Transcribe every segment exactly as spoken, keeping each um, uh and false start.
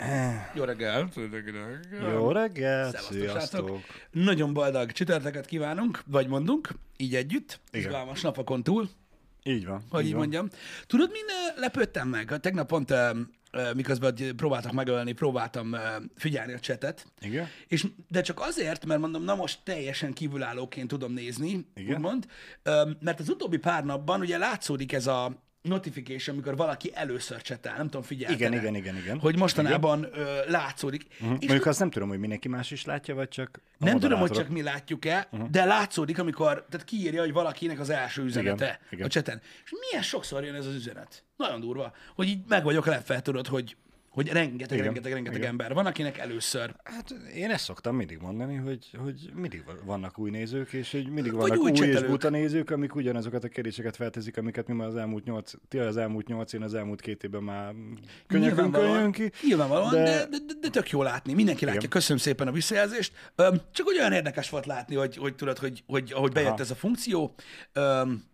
Jó reggelt! Jó reggelt! Sziasztok! Nagyon boldog csütörtöket kívánunk, vagy mondunk, így együtt, Igen. izgalmas napokon túl, Így van. hogy így, így van. mondjam. Tudod, min ö, lepődtem meg? Tegnap pont, ö, ö, miközben próbáltak megölni, próbáltam ö, figyelni a csetet, Igen? és, de csak azért, mert mondom, na most teljesen kívülállóként tudom nézni, Igen. úgymond, ö, mert az utóbbi pár napban ugye látszódik ez a notification, amikor valaki először csetel, nem tudom, figyelj. Igen, igen, igen, igen. Hogy mostanában ö, látszódik. Uh-huh. És Mondjuk azt nem tudom, hogy mindenki más is látja, vagy csak a nem tudom, hogy moderátorok. csak mi látjuk-e, uh-huh. de látszódik, amikor, tehát kiírja, hogy valakinek az első üzenete Igen, igen. a cseten. És milyen sokszor jön ez az üzenet? Nagyon durva, hogy így meg vagyok lepve, tudod, hogy, hogy rengeteg, Igen, rengeteg, rengeteg igen. ember van, akinek először. Hát én ezt szoktam mindig mondani, hogy, hogy mindig vannak új nézők, és hogy mindig Vagy vannak új új, új és csetelők. buta nézők, amik ugyanazokat a kérdéseket felteszik, amiket mi már az elmúlt nyolc, ti az elmúlt nyolc, én az elmúlt két évben már könnyekön jön ki. Nyilvánvalóan, de... de- De, de, de tök jó látni. Mindenki látja. Igen. Köszönöm szépen a visszajelzést. Öm, csak hogy olyan érdekes volt látni, hogy, hogy tudod, hogy, hogy ahogy bejött Aha. ez a funkció, öm,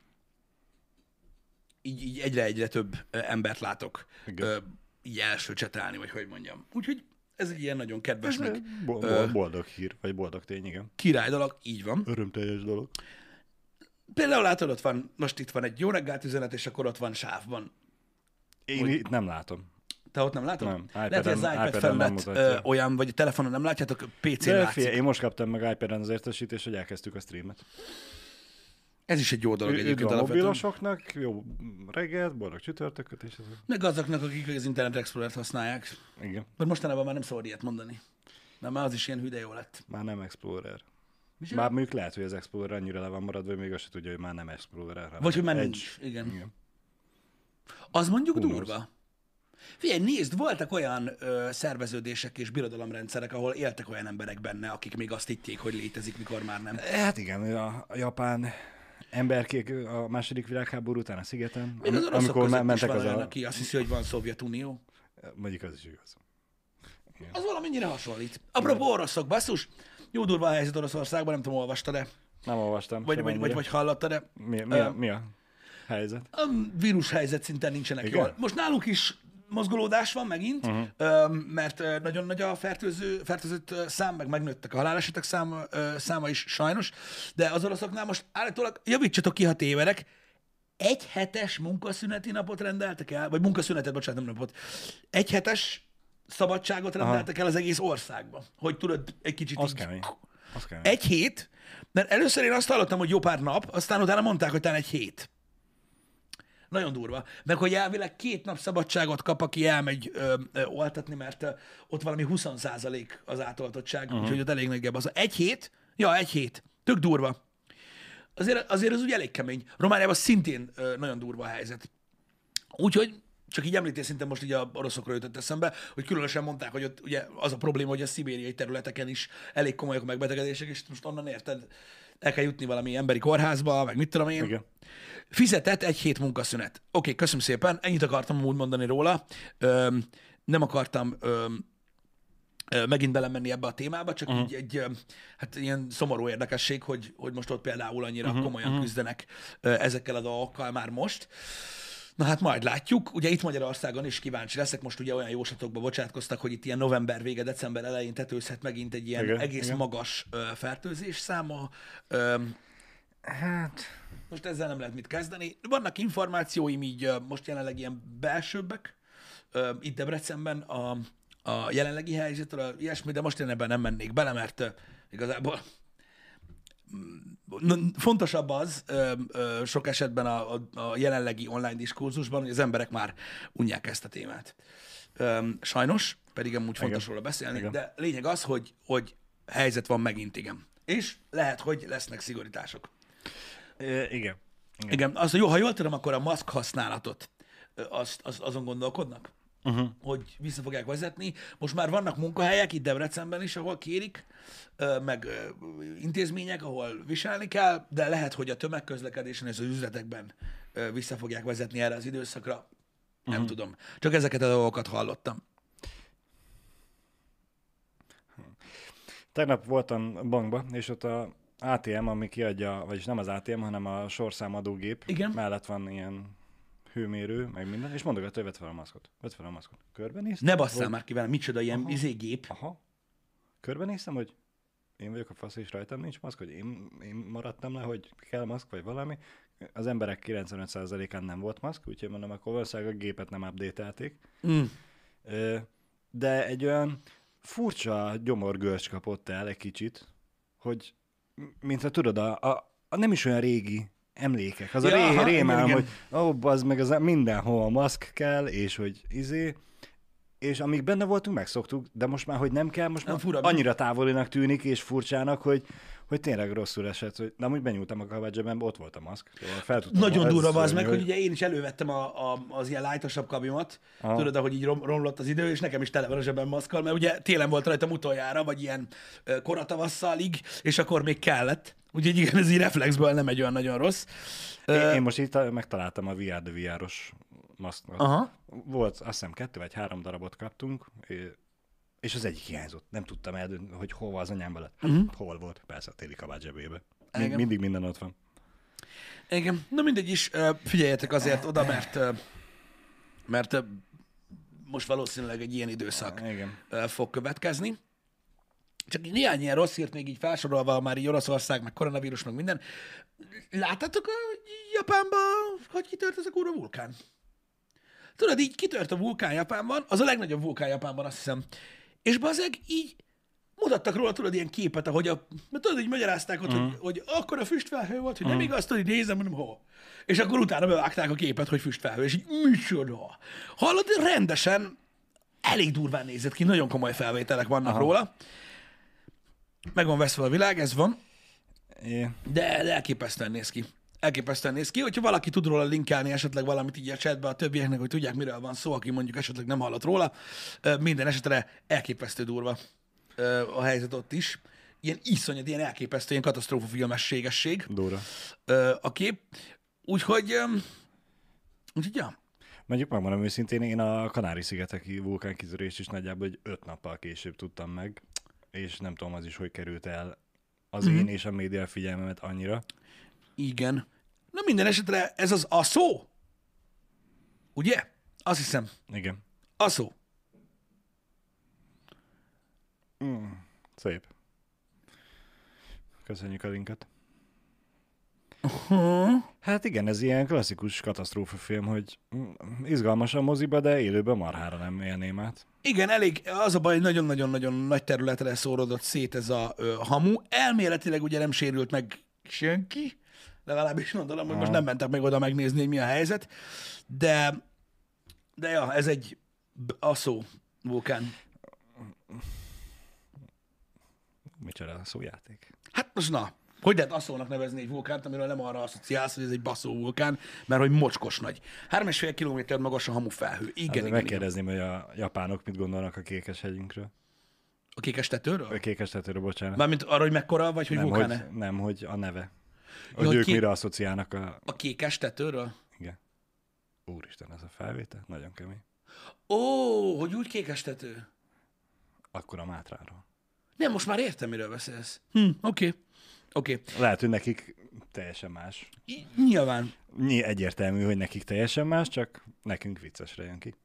így, így egyre-egyre több ö, embert látok Igen. ö, így első csetelni, vagy hogy mondjam. Úgyhogy ez egy ilyen nagyon kedves, Ez meg bo- ö, bo- boldog hír, vagy boldog tény, igen. király dolog, így van. Örömteljes dolog. Például látod, ott van, most itt van egy jó reggelt üzenet, és akkor ott van sávban. Én Hogy- itt nem látom. Te ott nem látod? Nem, Lehet, hogy az iPad-en- iPad iPad-en felület nem ö, mutatja. olyan, vagy a telefonon nem látjátok, pé cén De látszik. figyelj, én most kaptam meg iPad-en az értesítést, hogy elkezdtük a streamet. Ez is egy jó dolog egyébként Üdv a alapvetően. mobilosoknak, jó reggelt, boldog csütörtököt, és ez... Meg azoknak, akik az Internet Explorer-t használják. Igen, Mert mostanában már nem szabad ilyet mondani. Nem, már az is ilyen hüde jó lett. már nem Explorer. Mi Már mondjuk lehet, hogy az Explorer annyira le van maradva, hogy még azt se tudja, hogy már nem Explorer. hanem Vagy hogy már Edge. nincs. Igen. Igen. Az mondjuk Who knows? durva. Figyelj, nézd, voltak olyan ö, szerveződések és birodalomrendszerek, ahol éltek olyan emberek benne, akik még azt hitték, hogy létezik, mikor már nem. Hát igen, a, a japán emberkék a második világháború után a szigeten, Még az am- oroszok amikor között me- is mentek van az olyan, a... aki azt hiszi, hogy van Szovjetunió. Mondjuk az is igaz. Az valamennyire hasonlít. Apropó oroszok, basszus, jó durva a helyzet Oroszországban, nem tudom, olvastad-e, Nem olvastam. vagy, sem vagy, vagy, ennyire. vagy hallottad-e. Mi, mi, a, Ö, mi a helyzet? A vírus helyzet szinten nincsenek Igen? jól. Most nálunk is mozgolódás van megint, uh-huh. mert ö, nagyon nagy a fertőző, fertőzött ö, szám, meg megnőttek a halálesetek száma, ö, száma is sajnos, de az oroszoknál most állítólag, javítsatok ki, ha tévedek, egy hetes munkaszüneti napot rendeltek el, vagy munkaszünetet, bocsánat, nem napot, egy hetes szabadságot rendeltek el az egész országban, hogy tudod, egy kicsit Az így... kemény. Az kemény. Egy hét, mert először én azt hallottam, hogy jó pár nap, aztán utána mondták, hogy talán egy hét. Nagyon durva. Meg hogy elvileg két nap szabadságot kap, aki elmegy ö, ö, oltatni, mert ö, ott valami húsz százalék az átoltottság, uh-huh. úgyhogy ott elég nagyobb az. Egy hét? Ja, egy hét. Tök durva. Azért, azért az úgy elég kemény. Romániában szintén ö, nagyon durva a helyzet. Úgyhogy csak így említés szinten most így a oroszokról jutott eszembe, hogy különösen mondták, hogy ott ugye az a probléma, hogy a szibériai területeken is elég komolyak a megbetegedések, és most onnan érted, el kell jutni valami emberi kórházba, meg mit tudom én. Igen. Fizetett egy hét munkaszünet. Oké, köszönöm szépen, ennyit akartam úgy mondani róla. Öm, nem akartam öm, ö, megint belemenni ebbe a témába, csak uh-huh. így egy ö, hát ilyen szomorú érdekesség, hogy, hogy most ott például annyira uh-huh. komolyan uh-huh. küzdenek ö, ezekkel a dolgokkal már most. Na hát majd látjuk. Ugye itt Magyarországon is kíváncsi leszek, most ugye olyan jóslatokba bocsátkoztak, hogy itt ilyen november vége, december elején tetőzhet megint egy ilyen Igen, egész igen. magas ö, fertőzés száma. Ö, Hát... most ezzel nem lehet mit kezdeni. Vannak információim így ö, most jelenleg ilyen belsőbbek, ö, itt Debrecenben a, a jelenlegi helyzetről, ilyesmi, de most én ebben nem mennék bele, mert ö, igazából mm, fontosabb az ö, ö, sok esetben a, a, a jelenlegi online diskurzusban, hogy az emberek már unják ezt a témát. Ö, sajnos, pedig amúgy fontos Igen. róla beszélni, Igen. de lényeg az, hogy, hogy helyzet van megint, igen. És lehet, hogy lesznek szigorítások. É, igen. Igen. Igen, az, hogy jó, ha jól tudom, akkor a maszk használatot ö, azt, az, azon gondolkodnak, Uh-huh. hogy vissza fogják vezetni. Most már vannak munkahelyek itt Debrecenben is, ahol kérik, ö, meg ö, intézmények, ahol viselni kell, de lehet, hogy a tömegközlekedésen és az üzletekben ö, vissza fogják vezetni erre az időszakra. Nem Uh-huh. tudom. Csak ezeket a dolgokat hallottam. Tegnap voltam bankba, és ott a á té em, ami kiadja, vagyis nem az á té em, hanem a sorszámadógép, Igen. mellett van ilyen hőmérő, meg minden, és mondogat, hogy vedd fel a maszkot. Vedd fel a maszkot. Körbenéztem. Ne basszál hogy... már ki velem, micsoda ilyen Aha. izégép. Aha. Körbenéztem, hogy én vagyok a fasz, és rajtam nincs maszk, hogy én, én maradtam le, hogy kell maszk, vagy valami. Az emberek kilencvenöt százalékán nem volt maszk, úgyhogy mondom, akkor valószínűleg a gépet nem update-elték. Mm. De egy olyan furcsa gyomorgörcs kapott el egy kicsit, hogy mintha tudod, a, a, a nem is olyan régi emlékek. Az ja, a ré, aha, rémálom, hogy ó, oh, bazd meg, az mindenhol maszk kell, és hogy izé, és amíg benne voltunk, megszoktuk, de most már, hogy nem kell, most már fura, annyira távolinak tűnik, és furcsának, hogy, hogy tényleg rosszul esett, hogy de amúgy benyúltam a kabádzsebembe, ott volt a maszk. Fel Nagyon durva az meg, hogy ugye én is elővettem a, a, az ilyen lightosabb kabimat, aha. Tudod, ahogy így rom, romlott az idő, és nekem is tele van a zsebem maszkkal, mert ugye télen volt rajtam utoljára, vagy ilyen koratavasszálig, és akkor még kellett. Úgyhogy igen, ez így reflexből nem egy olyan nagyon rossz. Én, uh, én most itt megtaláltam a vé er de vé er-os maszkot. Aha. Volt, azt hiszem, kettő vagy három darabot kaptunk, és az egyik hiányzott. Nem tudtam eldönteni, hogy hova az anyám lett. Hát, uh-huh. Hol volt? Persze a téli kabát zsebébe. Mind, mindig minden ott van. Igen. Na mindegy is, figyeljetek azért oda, mert, mert most valószínűleg egy ilyen időszak igen. fog következni. Csak néhány ilyen rossz hírt még így felsorolva, már így Oroszország, meg koronavírus, meg minden. Láttátok a Japánban, hogy kitört ez a kurva vulkán? Tudod, így kitört a vulkán Japánban, az a legnagyobb vulkán Japánban, azt hiszem. És bazeg így mutattak róla, tudod, ilyen képet, ahogy a, tudod, így magyarázták ott, mm. hogy, hogy akkor a füstfelhő volt, hogy mm. nem igaz, tudod, így nézem, mondom, hol. És akkor utána bevágták a képet, hogy füstfelhő, és így micsoda. Hallod, rendesen, elég durván nézett ki, nagyon komoly felvételek vannak aha. róla. Meg van veszve a világ, ez van. Yeah. De, de elképesztően néz ki. Elképesztően néz ki. Hogyha valaki tud róla linkelni esetleg valamit így a chatbe a többieknek, hogy tudják, miről van szó, aki mondjuk esetleg nem hallott róla, minden esetre elképesztő durva a helyzet ott is. Ilyen iszonyat, ilyen elképesztő, ilyen katasztrófafilmességesség Dóra. a kép. Úgyhogy, úgyhogy ja. Mondjuk megmondom őszintén, én a Kanári-szigeteki vulkánkitörést is nagyjából egy öt nappal később tudtam meg, és nem tudom az is, hogy került el az mm-hmm. én és a média figyelmemet annyira. Igen. Na minden esetre ez az a szó. Ugye? Azt hiszem. Igen. A szó. Mm, szép. Köszönjük a linket. Uh-huh. Hát igen, ez ilyen klasszikus katasztrófafilm, hogy izgalmas a moziba, de élőben marhára nem élném át. Igen, elég, az a baj, hogy nagyon-nagyon-nagyon nagy területre szórodott szét ez a ö, hamu. Elméletileg ugye nem sérült meg senki, legalábbis gondolom, hogy most nem mentek meg oda megnézni, hogy mi a helyzet, de, de ja, ez egy Aszó vulkán. Micsoda a szójáték? Hát most na, hogy lehet Aszónak nevezni egy vulkánt, amiről nem arra asszociálsz, hogy ez egy baszó vulkán, mert hogy mocskos nagy. Három és fél kilométer magas a hamu felhő. Igen, hát, igen, megkérdezném, hogy a japánok mit gondolnak a Kékes-hegyünkről. A Kékes-tetőről? A Kékes-tetőről, bocsánat. Mármint arra, hogy mekkora, vagy hogy nem, vulkán-e? Hogy, nem, hogy a neve. Hogy ja, ők ké... mire asszociálnak a... A Kékes-tetőről? Igen. Úristen, ez a felvétel nagyon kemény. Ó, hogy úgy Kékes-tető. Akkor a Mátráról. Nem, most már értem, miről beszélsz. Hm, oké. Okay. Oké. Okay. Lehet, hogy nekik teljesen más. I- nyilván. Ny- egyértelmű, hogy nekik teljesen más, csak nekünk viccesre jön ki.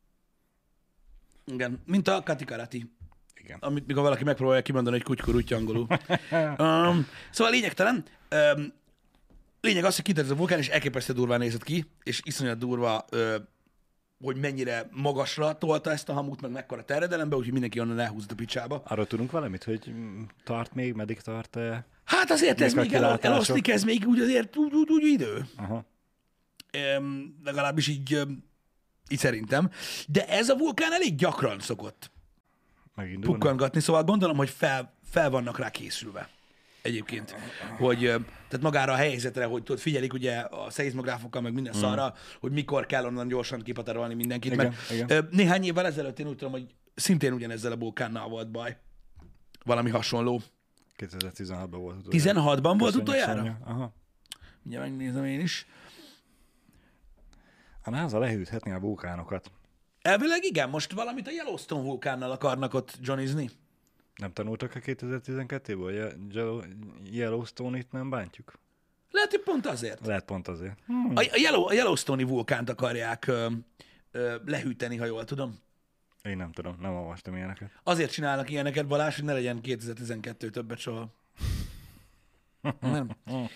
Igen, mint a Katikarati. Igen. Amit mikor valaki megpróbálja kimondani, hogy kutykurutya angolul. um, szóval lényegtelen. Um, lényeg az, hogy kitört ez a vulkán, és elképesztő durván nézett ki, és iszonyat durva, uh, hogy mennyire magasra tolta ezt a hamut, meg mekkora terjedelembe, úgyhogy mindenki onnan elhúzott a picsába. Arról tudunk valamit, hogy tart még, meddig tart? Hát azért ez még el, eloszlik, ez még úgy azért úgy, úgy, úgy idő. Aha. Um, legalábbis így, um, így szerintem. De ez a vulkán elég gyakran szokott pukkangatni, szóval gondolom, hogy fel, fel vannak rá készülve. Egyébként, hogy tehát magára a helyzetre, hogy tudod, figyelik ugye a szeizmográfokkal, meg minden mm. szarra, hogy mikor kell onnan gyorsan kipaterolni mindenkit. Igen, mert igen. Néhány évvel ezelőtt én úgy tudom, hogy szintén ugyanezzel a vulkánnal volt baj. Valami hasonló. kétezer-tizenhatban volt utoljára. tizenhatban volt utoljára? Aha. Ugye megnézem én is. A NASA lehűthetni a vulkánokat. Elvileg igen, most valamit a Yellowstone vulkánnal akarnak ott johnnizni. Nem tanultak a kétezer-tizenkettőből? Yellowstone-it nem bántjuk? Lehet, hogy pont azért. Lehet pont azért. A, a, Yellow, a Yellowstone-i vulkánt akarják ö, ö, lehűteni, ha jól tudom. Én nem tudom, nem olvastam ilyeneket. Azért csinálnak ilyeneket, Balázs, hogy ne legyen kétezer-tizenkettő többet soha. Nem.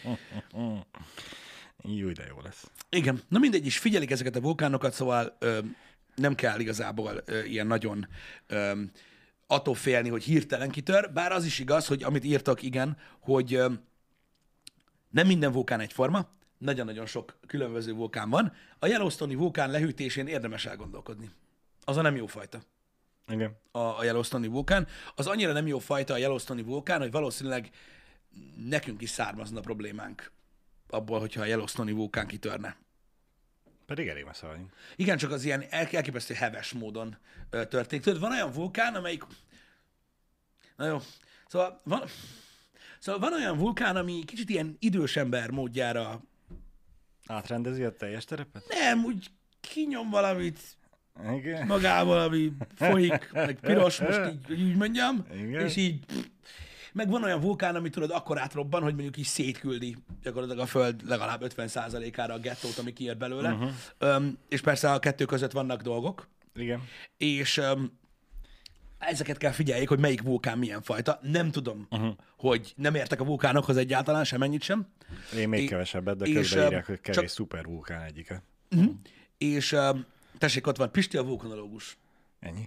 Jó, de jó lesz. Igen. Na mindegy is, figyelik ezeket a vulkánokat, szóval ö, nem kell igazából ö, ilyen nagyon ö, attól félni, hogy hirtelen kitör, bár az is igaz, hogy amit írtak, igen, hogy ö, nem minden vulkán egyforma, nagyon-nagyon sok különböző vulkán van. A Yellowstone-i vulkán lehűtésén érdemes elgondolkodni. Az a nem jó fajta. Igen. A, a Yellowstone-i vulkán. Az annyira nem jó fajta a Yellowstone-i vulkán, hogy valószínűleg nekünk is származna problémánk abból, hogyha a Yellowstone-i vulkán kitörne. Pedig elég messze vagyunk. Igen, csak az ilyen el- elképesztő heves módon ö, történik. Tudod, van olyan vulkán, amelyik... Na jó. Szóval van, szóval van olyan vulkán, ami kicsit ilyen idős ember módjára... Átrendezi a teljes terepet? Nem, úgy kinyom valamit Igen. magával, ami folyik, meg piros, most így, hogy úgy mondjam, Igen. és így... Meg van olyan vulkán, ami tudod, akkor átrobban, hogy mondjuk így szétküldi gyakorlatilag a Föld legalább ötven százalékára a gettót, ami kijött belőle. Uh-huh. Öm, és persze a kettő között vannak dolgok. Igen. És öm, ezeket kell figyeljék, hogy melyik vulkán milyen fajta. Nem tudom, uh-huh. hogy nem értek a vulkánokhoz egyáltalán, semennyit sem. Én még É- kevesebbet, de és, közben írják, hogy öm, kevés csak- szuper vulkán egyike. Uh-huh. És öm, tessék, ott van Pisti a vulkanológus. Ennyi.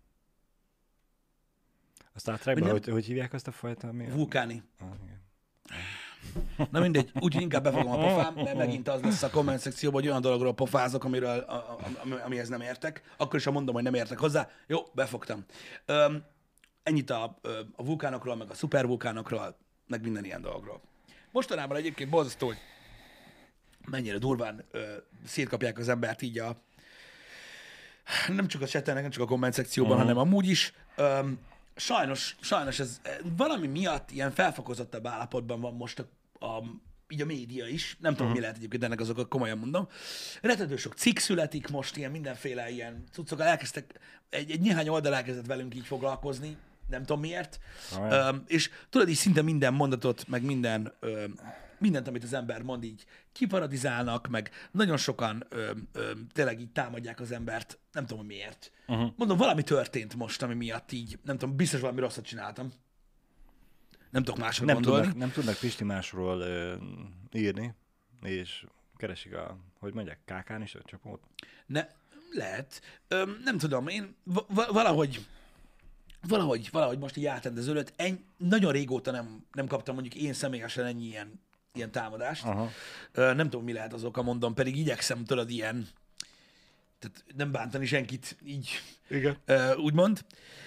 A Star Trekben, hogy, hogy hívják azt a fajta? Ami a... Vulkáni. Ah, igen. Na mindegy, úgyhogy inkább befogom a pofám, mert megint az lesz a komment szekcióban, hogy olyan dologról pofázok, amiről, a, a, a, amihez nem értek. Akkor is, ha mondom, hogy nem értek hozzá. Jó, befogtam. Öm, ennyit a, a vulkánokról, meg a szupervulkánokról, meg minden ilyen dologról. Mostanában egyébként borzasztó, hogy mennyire durván ö, szétkapják az embert így a nem csak a chaten, nem csak a komment szekcióban, uh-huh. hanem amúgy is. Öm, Sajnos, sajnos ez valami miatt ilyen felfokozottabb állapotban van most a, a, így a média is. Nem tudom, uh-huh. mi lehet egyébként ennek azok, komolyan mondom. Rettető sok cikk születik most, ilyen mindenféle ilyen cuccokkal. Elkezdtek, egy, egy néhány oldal elkezdett velünk így foglalkozni, nem tudom miért. Ah, Ö, és tudod, így szinte minden mondatot, meg minden, ö, mindent, amit az ember mond, így kiparadizálnak, meg nagyon sokan ö, ö, tényleg így támadják az embert. Nem tudom, hogy miért. Uh-huh. Mondom, valami történt most, ami miatt így, nem tudom, biztos valami rosszat csináltam. Nem tudok másról Nem gondolni. tudnak, nem tudnak Pisti másról ö, írni, és keresik a, hogy mondják, kákán is a csapót? Ne, lehet. Ö, nem tudom, én v- valahogy valahogy, valahogy most így átrendeződött. Eny, nagyon régóta nem, nem kaptam mondjuk én személyesen ennyi ilyen, ilyen támadást. Aha. Ö, nem tudom, mi lehet az oka, mondom, pedig igyekszem tudod ilyen, tehát nem bántani senkit így, Igen. ö, úgymond,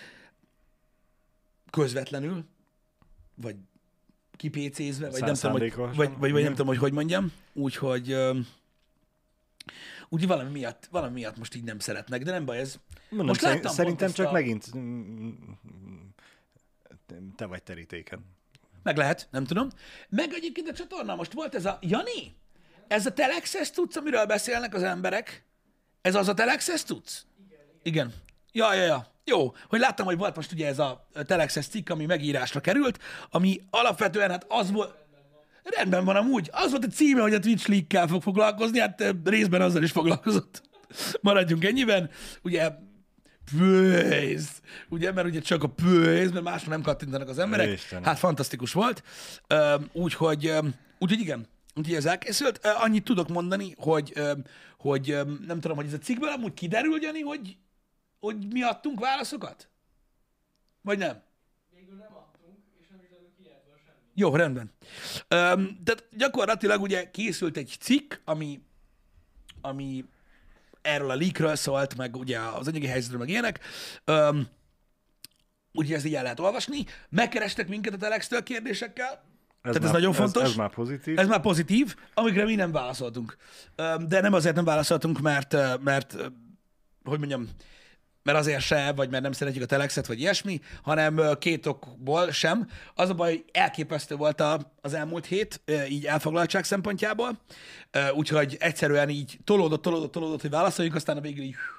közvetlenül, vagy kipécézve, vagy nem, tudom, hogy, vagy, vagy, vagy nem tudom, hogy hogy mondjam. Úgyhogy ö, úgy valami miatt, valami miatt most így nem szeretnek, de nem baj ez. Mondom, most szerint, láttam szerintem pont csak ezt a... megint mm, te vagy terítéken. Meg lehet, nem tudom. Meg egyébként a csatorna most volt ez a... Jani? Ez a Telexes tudsz, amiről beszélnek az emberek? Ez az a Telexes tudsz? Igen. Igen. Ja, ja, ja. Jó, hogy láttam, hogy volt most ugye ez a Telexes cikk, ami megírásra került, ami alapvetően hát az volt... Rendben van amúgy. Az volt a címe, hogy a Twitch League-kel fog foglalkozni, hát részben azzal is foglalkozott. Maradjunk ennyiben. Ugye pénz, ugye, mert ugye csak a pénz, mert másra nem kattintanak az emberek. Istenem. Hát fantasztikus volt. Úgyhogy, úgyhogy igen, úgyhogy ez elkészült. Annyit tudok mondani, hogy, hogy nem tudom, hogy ez a cikkből amúgy kiderül, Jani, hogy, hogy mi adtunk válaszokat? Vagy nem? Végül nem adtunk, és nem is adunk ki ebből semmi. Jó, rendben. Öm, tehát gyakorlatilag ugye készült egy cikk, ami, ami erről a leakről szólt, meg ugye az anyagi helyzetről, meg ilyenek. Öm, úgyhogy ezt így el lehet olvasni. Megkerestek minket a Telex-től kérdésekkel. Ez Tehát már, ez nagyon fontos. Ez, ez már pozitív. Ez már pozitív, amikre mi nem válaszoltunk. Öm, de nem azért nem válaszoltunk, mert, mert hogy mondjam, mert azért se, vagy mert nem szeretjük a Telexet, vagy ilyesmi, hanem ö, két okból sem. Az a baj, hogy elképesztő volt a, az elmúlt hét, ö, így elfoglaltság szempontjából, Ö, úgyhogy egyszerűen így tolódott, tolódott, tolódott, hogy válaszoljunk, aztán a végül így,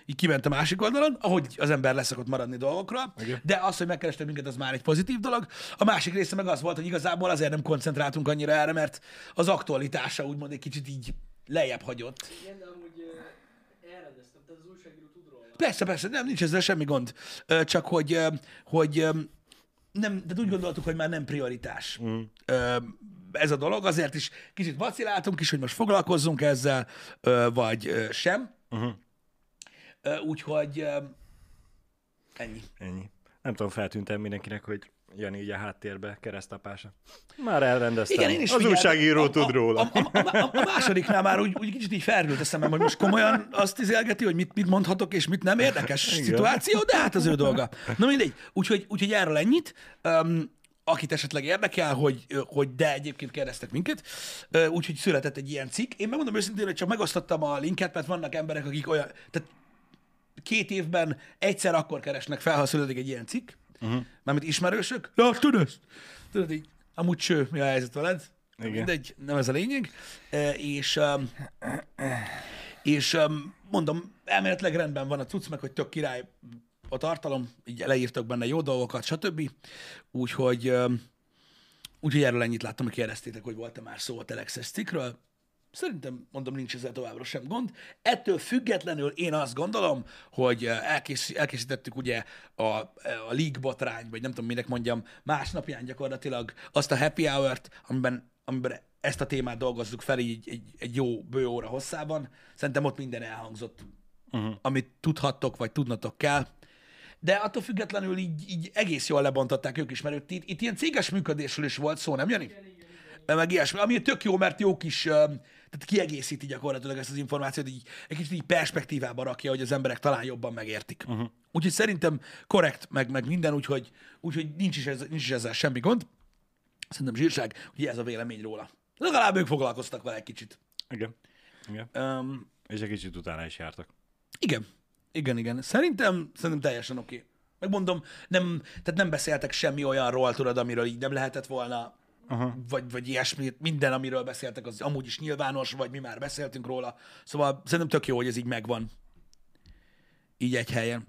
így kiment a másik oldalon, ahogy az ember leszokott maradni dolgokra, Igen. de az, hogy megkerestek minket, az már egy pozitív dolog. A másik része meg az volt, hogy igazából azért nem koncentráltunk annyira erre, mert az aktualitása úgymond egy kicsit így lejjebb hagyott. Igen, de amúgy uh, elrendeztem, tehát az újságíró tud róla. Persze, persze, nem, nincs ezzel semmi gond. Ö, Csak hogy, ö, hogy ö, nem, de úgy gondoltuk, hogy már nem prioritás mm. ez a dolog, azért is kicsit vaciláltunk is, hogy most foglalkozzunk ezzel, ö, vagy ö, sem. Uh-huh. Ö, Úgyhogy ö, ennyi. Ennyi. Nem tudom, feltűntem mindenkinek, hogy Jani így a háttérbe keresztapása. Már elrendeztem. Igen, én is Az figyeltem. újságíró a, tud róla. A, a, a, a, a másodiknál már úgy, úgy kicsit így felrült a szemem, hogy most komolyan azt izélgeti, hogy mit, mit mondhatok, és mit nem érdekes Igen. szituáció, de hát az ő dolga. Na mindegy. Úgyhogy, úgyhogy erről ennyit. Um, akit esetleg érdekel, hogy, hogy de egyébként kérdeztek minket, úgyhogy született egy ilyen cikk. Én megmondom őszintén, hogy csak megosztottam a linket, mert vannak emberek, akik olyan, tehát két évben egyszer akkor keresnek fel, ha születik egy ilyen cikk, uh-huh. mármint ismerősök. Ja, tudod ezt? Tudod így, amúgy cső, mi a helyzet veled? Igen. Mindegy, nem ez a lényeg. E, és um, és um, mondom, elméletileg rendben van a cucc, meg hogy tök király a tartalom, így leírtak benne jó dolgokat, stb. Úgyhogy, um, úgyhogy erről ennyit láttam, hogy kérdeztétek, hogy volt-e már szó a Telexes cikkről. Szerintem, mondom, nincs ezzel továbbra sem gond. Ettől függetlenül én azt gondolom, hogy elkész, elkészítettük ugye a, a League botrány, vagy nem tudom, minek mondjam, másnapján gyakorlatilag azt a happy hour-t, amiben, amiben ezt a témát dolgozzuk fel így egy, egy jó bő óra hosszában. Szerintem ott minden elhangzott, uh-huh. amit tudhattok, vagy tudnatok kell. De attól függetlenül így, így egész jól lebontották ők is, mert itt, itt ilyen céges működésről is volt szó, nem Jani? Igen, igen, igen. Meg ilyesmi, ami tök jó, mert jó kis, tehát kiegészíti gyakorlatilag ezt az információt, így egy kicsit így perspektívába rakja, hogy az emberek talán jobban megértik. Uh-huh. Úgyhogy szerintem korrekt, meg, meg minden, úgyhogy, úgyhogy nincs, is ez, nincs is ezzel semmi gond. Szerintem zsírság, hogy ez a vélemény róla. Legalább ők foglalkoztak vele egy kicsit. Igen. Igen. Um, És egy kicsit utána is jártak. Igen. Igen, igen. Szerintem, szerintem teljesen oké. Okay. Megmondom, nem, tehát nem beszéltek semmi olyanról, tudod, amiről így nem lehetett volna, uh-huh. vagy, vagy ilyesmi. Minden, amiről beszéltek, az amúgy is nyilvános, vagy mi már beszéltünk róla. Szóval szerintem tök jó, hogy ez így megvan. Így egy helyen.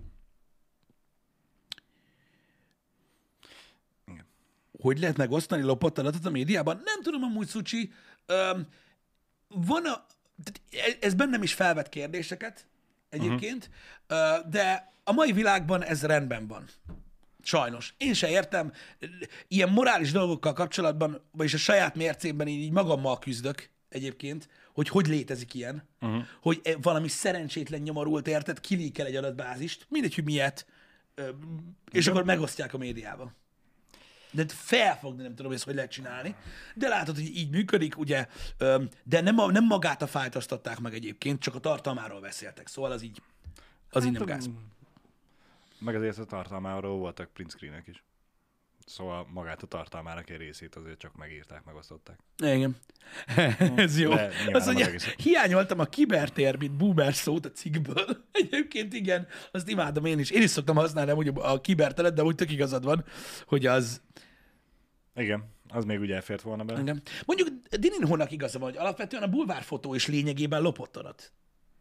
Igen. Hogy lehet megosztani lopott adatot a médiában? Nem tudom amúgy, Szucsi. Öm, van a... Tehát ez bennem is felvet kérdéseket, egyébként, uh-huh. de a mai világban ez rendben van. Sajnos. Én se értem. Ilyen morális dolgokkal kapcsolatban, vagyis a saját mércémben így, így magammal küzdök egyébként, hogy hogy létezik ilyen, uh-huh. hogy valami szerencsétlen nyomorult, érted, kilíkel egy adatbázist, mindegy, hogy miért, és akkor megosztják a médiába. De felfogni nem tudom, hogy ezt hogy lehet csinálni. De látod, hogy így működik, ugye, de nem, a, nem magát a fájt osztották meg egyébként, csak a tartalmáról beszéltek. Szóval az így, az hát, így nem gáz. Meg azért a tartalmáról voltak print screenek is. Szóval magát a tartalmának egy részét azért csak megírták, megosztották. Igen. Ez jó. Az, hogy hiányoltam a kibertér, mint boomer szót a cikkből. Egyébként igen, azt imádom én is. Én is szoktam használni amúgy a kiberteret, de úgy tök igazad van, hogy az... Igen, az még ugye elfért volna bele. Igen. Mondjuk Dininhónak igaza van, hogy alapvetően a bulvárfotó is lényegében lopott adat.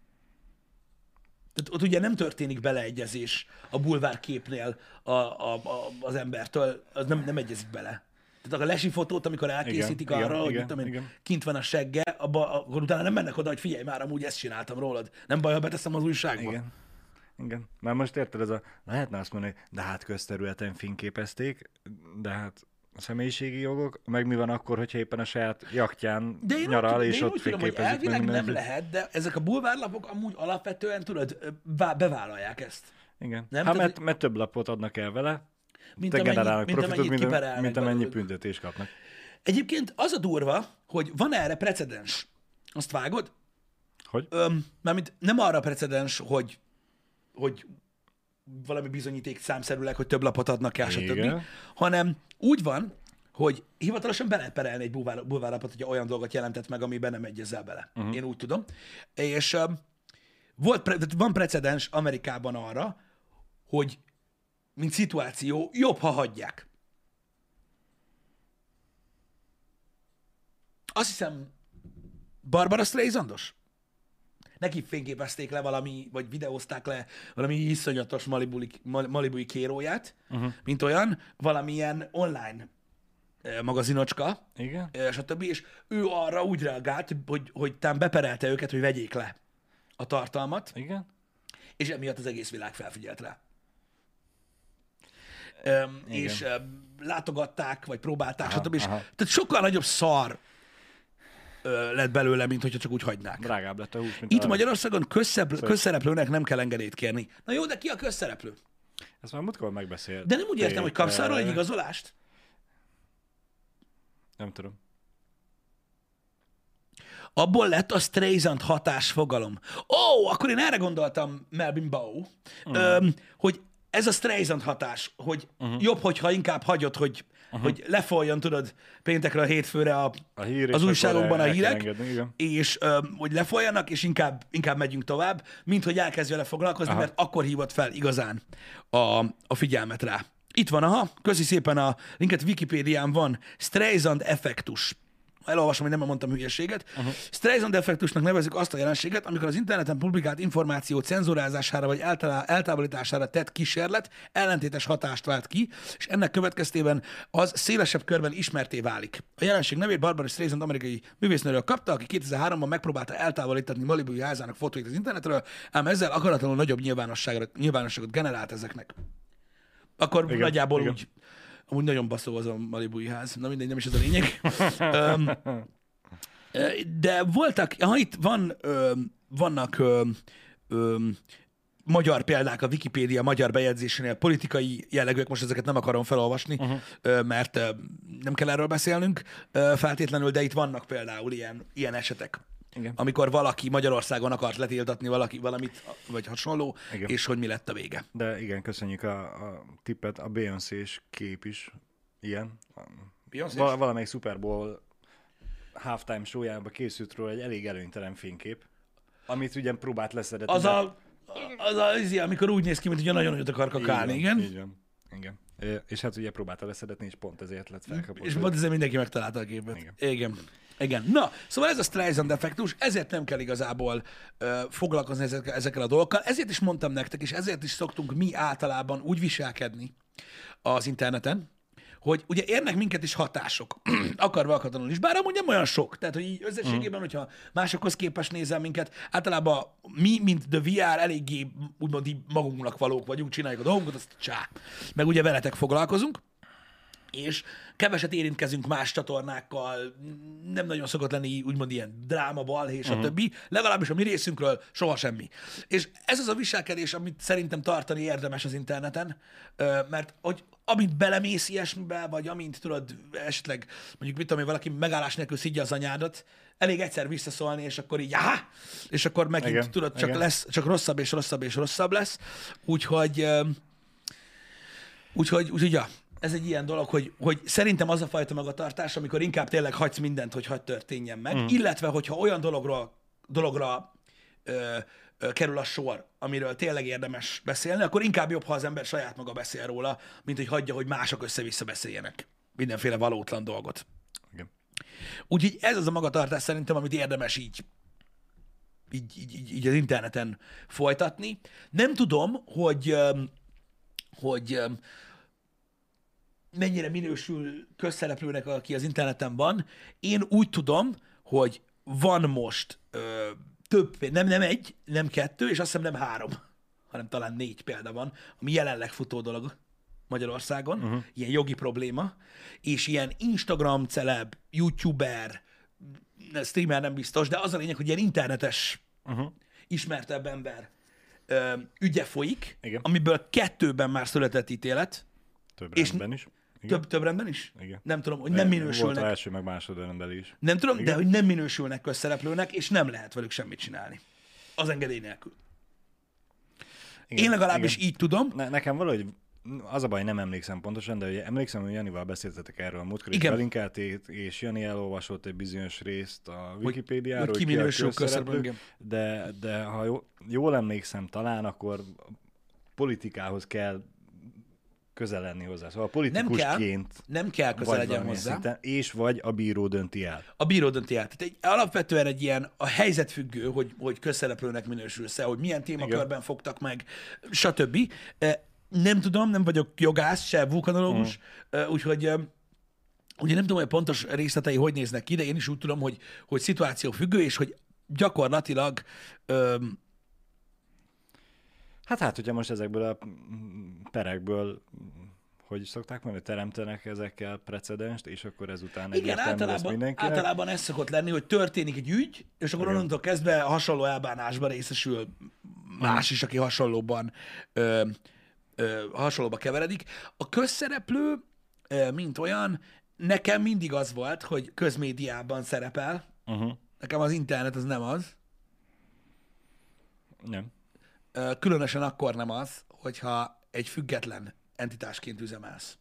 Tehát ott ugye nem történik beleegyezés a bulvár képnél a, a, a, az embertől, az nem, nem egyezik bele. Tehát a lesi fotót, amikor elkészítik igen, arra, igen, hogy igen, tudom én, kint van a segge, abba, akkor utána nem mennek oda, hogy figyelj már, amúgy ezt csináltam rólad. Nem baj, ha beteszem az újságba. Igen. Igen. Mert most érted, ez a, lehetne azt mondani, hogy de hát közterületen fényképezték, de hát a személyiségi jogok, meg mi van akkor, hogyha éppen a saját jachtján nyaral, és ott fényképezik. Elvileg nem mindenki. Lehet, de ezek a bulvárlapok amúgy alapvetően, tudod, bevállalják ezt. Igen. Nem? Hát mert, mert több lapot adnak el vele, mint amennyit, mint amennyit mint, mint amennyi büntetést kapnak. Egyébként az a durva, hogy van erre precedens. Azt vágod? Hogy? Öm, mármint nem arra precedens, hogy, hogy valami bizonyíték számszerűleg, hogy több lapot adnak el, stb., hanem úgy van, hogy hivatalosan be lehet perelni egy bulvár, bulvárlapot, hogyha olyan dolgot jelentett meg, amiben nem egyezel bele. Uh-huh. Én úgy tudom. És um, volt, pre, van precedens Amerikában arra, hogy mint szituáció jobb, ha hagyják. Azt hiszem, Barbara Straysandos? neki fényképezték le valami, vagy videózták le valami iszonyatos malibui, malibui kéróját, uh-huh. mint olyan, valamilyen online magazinocska, Igen. stb. És ő arra úgy reagált, hogy, hogy tám beperelte őket, hogy vegyék le a tartalmat, Igen. és emiatt az egész világ felfigyelt rá. Öm, és öm, látogatták, vagy próbálták, Aha, stb. És aha. tehát sokkal nagyobb szar ö, lett belőle, mint hogyha csak úgy hagynák. Drágább lett a hús, mint Itt a... Magyarországon közszereplő, közszereplőnek nem kell engedélyt kérni. Na jó, de ki a közszereplő? Ezt már múltkor megbeszélt. De nem úgy értem, hogy kapsz arról egy eh, igazolást? Nem tudom. Abból lett a Streisand hatás fogalom. Ó, oh, akkor én erre gondoltam, Melvin Bow, mm. öm, hogy ez a Streisand hatás, hogy uh-huh. jobb, hogyha inkább hagyod, hogy, uh-huh. hogy lefoljon, tudod, péntekre a hétfőre a, a hír, az újságokban a hírek, engedni, és öm, hogy lefoljanak, és inkább, inkább megyünk tovább, mint hogy elkezdj vele foglalkozni, aha. mert akkor hívott fel igazán a, a figyelmet rá. Itt van, aha, köszi szépen a linket, Wikipédián van, Streisand effektus. Elolvasom, hogy nem mondtam hülyeséget. Uh-huh. Streisand effektusnak nevezzük azt a jelenséget, amikor az interneten publikált információ cenzurázására vagy eltá- eltávolítására tett kísérlet ellentétes hatást vált ki, és ennek következtében az szélesebb körben ismerté válik. A jelenség nevét Barbara Streisand amerikai művésznőről kapta, aki kétezer-háromban megpróbálta eltávolítani Malibui házának fotóit az internetről, ám ezzel akaratlanul nagyobb nyilvánosságot generált ezeknek. Akkor igen, nagyjából igen. úgy amúgy nagyon baszó az a Malibui ház. Na mindegy, nem is ez a lényeg. um, de voltak, ha itt van, um, vannak um, um, magyar példák a Wikipédia magyar bejegyzésénél, politikai jellegűek, most ezeket nem akarom felolvasni, uh-huh. mert uh, nem kell erről beszélnünk uh, feltétlenül, de itt vannak például ilyen, ilyen esetek. Igen. Amikor valaki Magyarországon akart letiltatni valaki, valamit, vagy hasonló, igen. és hogy mi lett a vége. De igen, köszönjük a, a tippet, a Beyoncé-s kép is ilyen. Val- valamelyik Super Bowl halftime showjába készült róla egy elég előnytelen fénykép, amit ugye próbált leszedetni. Az a, az a, az a, amikor úgy néz ki, mint hogy nagyon nagyot akar kakálni, igen? Így van, igen. És hát ugye próbálta leszedetni, és pont ezért lett felkapott. És pont ezért mindenki megtalálta a képet. Igen. igen. Igen. Na, szóval ez a Streisand effektus, ezért nem kell igazából ö, foglalkozni ezekkel, ezekkel a dolgokkal, ezért is mondtam nektek, és ezért is szoktunk mi általában úgy viselkedni az interneten, hogy ugye érnek minket is hatások, akarva akaratlanul is, bár amúgy nem olyan sok, tehát hogy így összességében, mm. hogyha másokhoz képest nézel minket, általában mi, mint The vé er, eléggé úgymond így magunknak valók vagyunk, csináljuk a dolgunkat, azt csá, meg ugye veletek foglalkozunk, és keveset érintkezünk más csatornákkal, nem nagyon szokott lenni úgymond ilyen dráma, balhé, stb. Uh-huh. Legalábbis a mi részünkről soha semmi. És ez az a viselkedés, amit szerintem tartani érdemes az interneten, mert hogy amint belemész ilyesmibe, vagy amint tudod esetleg, mondjuk mit tudom én, valaki megállás nélkül szidja az anyádat, elég egyszer visszaszólni, és akkor így, áh! És akkor megint igen, tudod, csak igen. lesz, csak rosszabb és rosszabb és rosszabb lesz. Úgyhogy, úgyhogy, úgyhogy ja. Ez egy ilyen dolog, hogy, hogy szerintem az a fajta magatartás, amikor inkább tényleg hagysz mindent, hogy hagyd történjen meg, mm. illetve, hogyha olyan dologról, dologra ö, ö, kerül a sor, amiről tényleg érdemes beszélni, akkor inkább jobb, ha az ember saját maga beszél róla, mint hogy hagyja, hogy mások össze-vissza beszéljenek mindenféle valótlan dolgot. Igen. Úgyhogy ez az a magatartás szerintem, amit érdemes így, így, így, így, így az interneten folytatni. Nem tudom, hogy, hogy mennyire minősül közszereplőnek, aki az interneten van. Én úgy tudom, hogy van most ö, több, nem, nem egy, nem kettő, és azt hiszem nem három, hanem talán négy példa van, ami jelenleg futó dolog Magyarországon, uh-huh. ilyen jogi probléma, és ilyen Instagram celeb, youtuber, streamer nem biztos, de az a lényeg, hogy ilyen internetes, uh-huh. ismertebb ember ö, ügye folyik, igen. amiből kettőben már született ítélet. Több rendben is. Igen. Több, több rendben is? Igen. Nem tudom, hogy nem minősülnek. Volt első, meg másodrendben is. Nem tudom, igen. de hogy nem minősülnek közszereplőnek, és nem lehet velük semmit csinálni. Az engedély nélkül. Igen, Én legalábbis igen. így tudom. Ne, nekem valahogy az a baj, nem emlékszem pontosan, de ugye emlékszem, hogy Janival beszéltetek erről a múltkor, és belinkelték, és Jani elolvasott egy bizonyos részt a Wikipédiáról, hogy, hogy ki minősül közszereplő, de, de ha jól, jól emlékszem talán, akkor politikához kell közel lenni hozzá. Szóval Nem kell, politikusként nem kell közel vagy legyen valamilyen hozzá. szinten, és vagy a bíró dönti el. A bíró dönti el. Tehát egy, alapvetően egy ilyen a helyzetfüggő, hogy, hogy közszereplőnek minősülsz-e, hogy milyen témakörben Igen. fogtak meg, stb. Nem tudom, nem vagyok jogász, se vulkanológus, mm. úgyhogy ugye nem tudom, hogy a pontos részletei hogy néznek ki, de én is úgy tudom, hogy, hogy szituáció függő, és hogy gyakorlatilag öm, Hát hát, hogyha most ezekből a perekből, hogy szokták mondani, teremtenek ezekkel precedenst, és akkor ezután igen, általában, általában ez szokott lenni, hogy történik egy ügy, és akkor onnantól kezdve hasonló elbánásban részesül más is, aki hasonlóban ö, ö, hasonlóba keveredik. A közszereplő, ö, mint olyan, nekem mindig az volt, hogy közmédiában szerepel. Uh-huh. Nekem az internet az nem az. Nem. Különösen akkor nem az, hogyha egy független entitásként üzemelsz.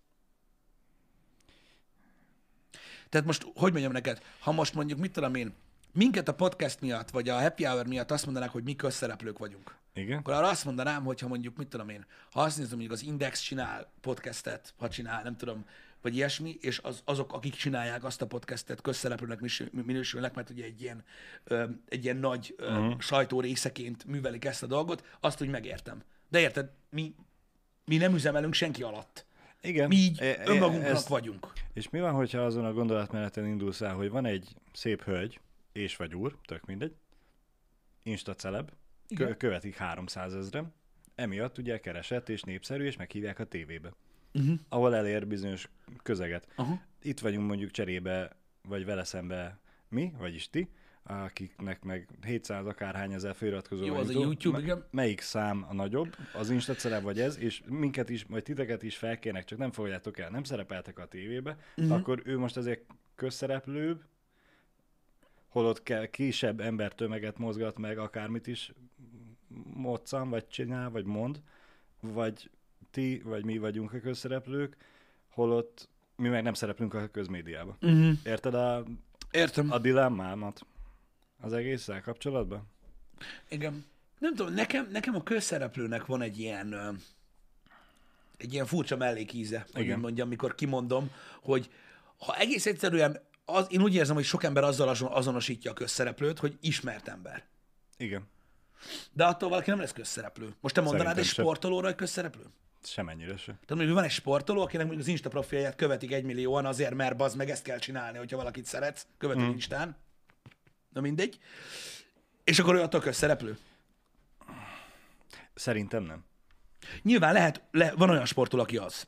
Tehát most, hogy mondjam neked, ha most mondjuk, mit tudom én, minket a podcast miatt, vagy a happy hour miatt azt mondanák, hogy mi közszereplők vagyunk. Igen. Akkor arra azt mondanám, hogy ha mondjuk, mit tudom én, ha azt nézem, mondjuk az Index csinál podcastet, ha csinál, nem tudom, vagy ilyesmi, és az, azok, akik csinálják azt a podcastet, közszereplőnek minősülnek, mert ugye egy ilyen, ö, egy ilyen nagy ö, uh-huh. sajtó részeként művelik ezt a dolgot, azt úgy megértem. De érted, mi, mi nem üzemelünk senki alatt. Igen. Mi így e- önmagunknak ezt, vagyunk. És mi van, hogyha azon a gondolatmeneten indulsz el, hogy van egy szép hölgy, és vagy úr, tök mindegy, Insta celeb, kö- követik háromszázezren, emiatt ugye keresett és népszerű, és meghívják a tévébe. Uh-huh. Ahol elér bizonyos közeget. Uh-huh. Itt vagyunk mondjuk cserébe, vagy vele szembe mi, vagyis ti, akiknek meg hétszáz akárhány ezer feliratkozó. Jó, az a YouTube, me- igen. Melyik szám a nagyobb? Az Insta celeb vagy ez, és minket is, vagy titeket is felkérnek, csak nem fogadjátok el, nem szerepeltek a tévébe, uh-huh. akkor ő most azért közszereplőbb, holott kell kisebb embertömeget mozgat meg, akármit is moccan, vagy csinál, vagy mond, vagy ti, vagy mi vagyunk a közszereplők, holott mi meg nem szereplünk a közmédiában. Uh-huh. Érted a, Értem. a dilemmámat az egésszel kapcsolatban? Igen. Nem tudom, nekem, nekem a közszereplőnek van egy ilyen ö, egy ilyen furcsa mellékíze, hogy Igen. úgy mondjam, amikor kimondom, hogy ha egész egyszerűen, az, én úgy érzem, hogy sok ember azzal azonosítja a közszereplőt, hogy ismert ember. Igen. De attól valaki nem lesz közszereplő. Most te mondanád Szerintem egy sem. sportolóra, hogy közszereplő? Semennyire se. Tehát mondjuk van egy sportoló, akinek mondjuk az Insta profilját követik egymillióan azért, mert bazd meg ezt kell csinálni, hogyha valakit szeretsz, követik mm. Instán. Na mindegy. És akkor ő attól közszereplő? Szerintem nem. Nyilván lehet, le, van olyan sportoló, aki az.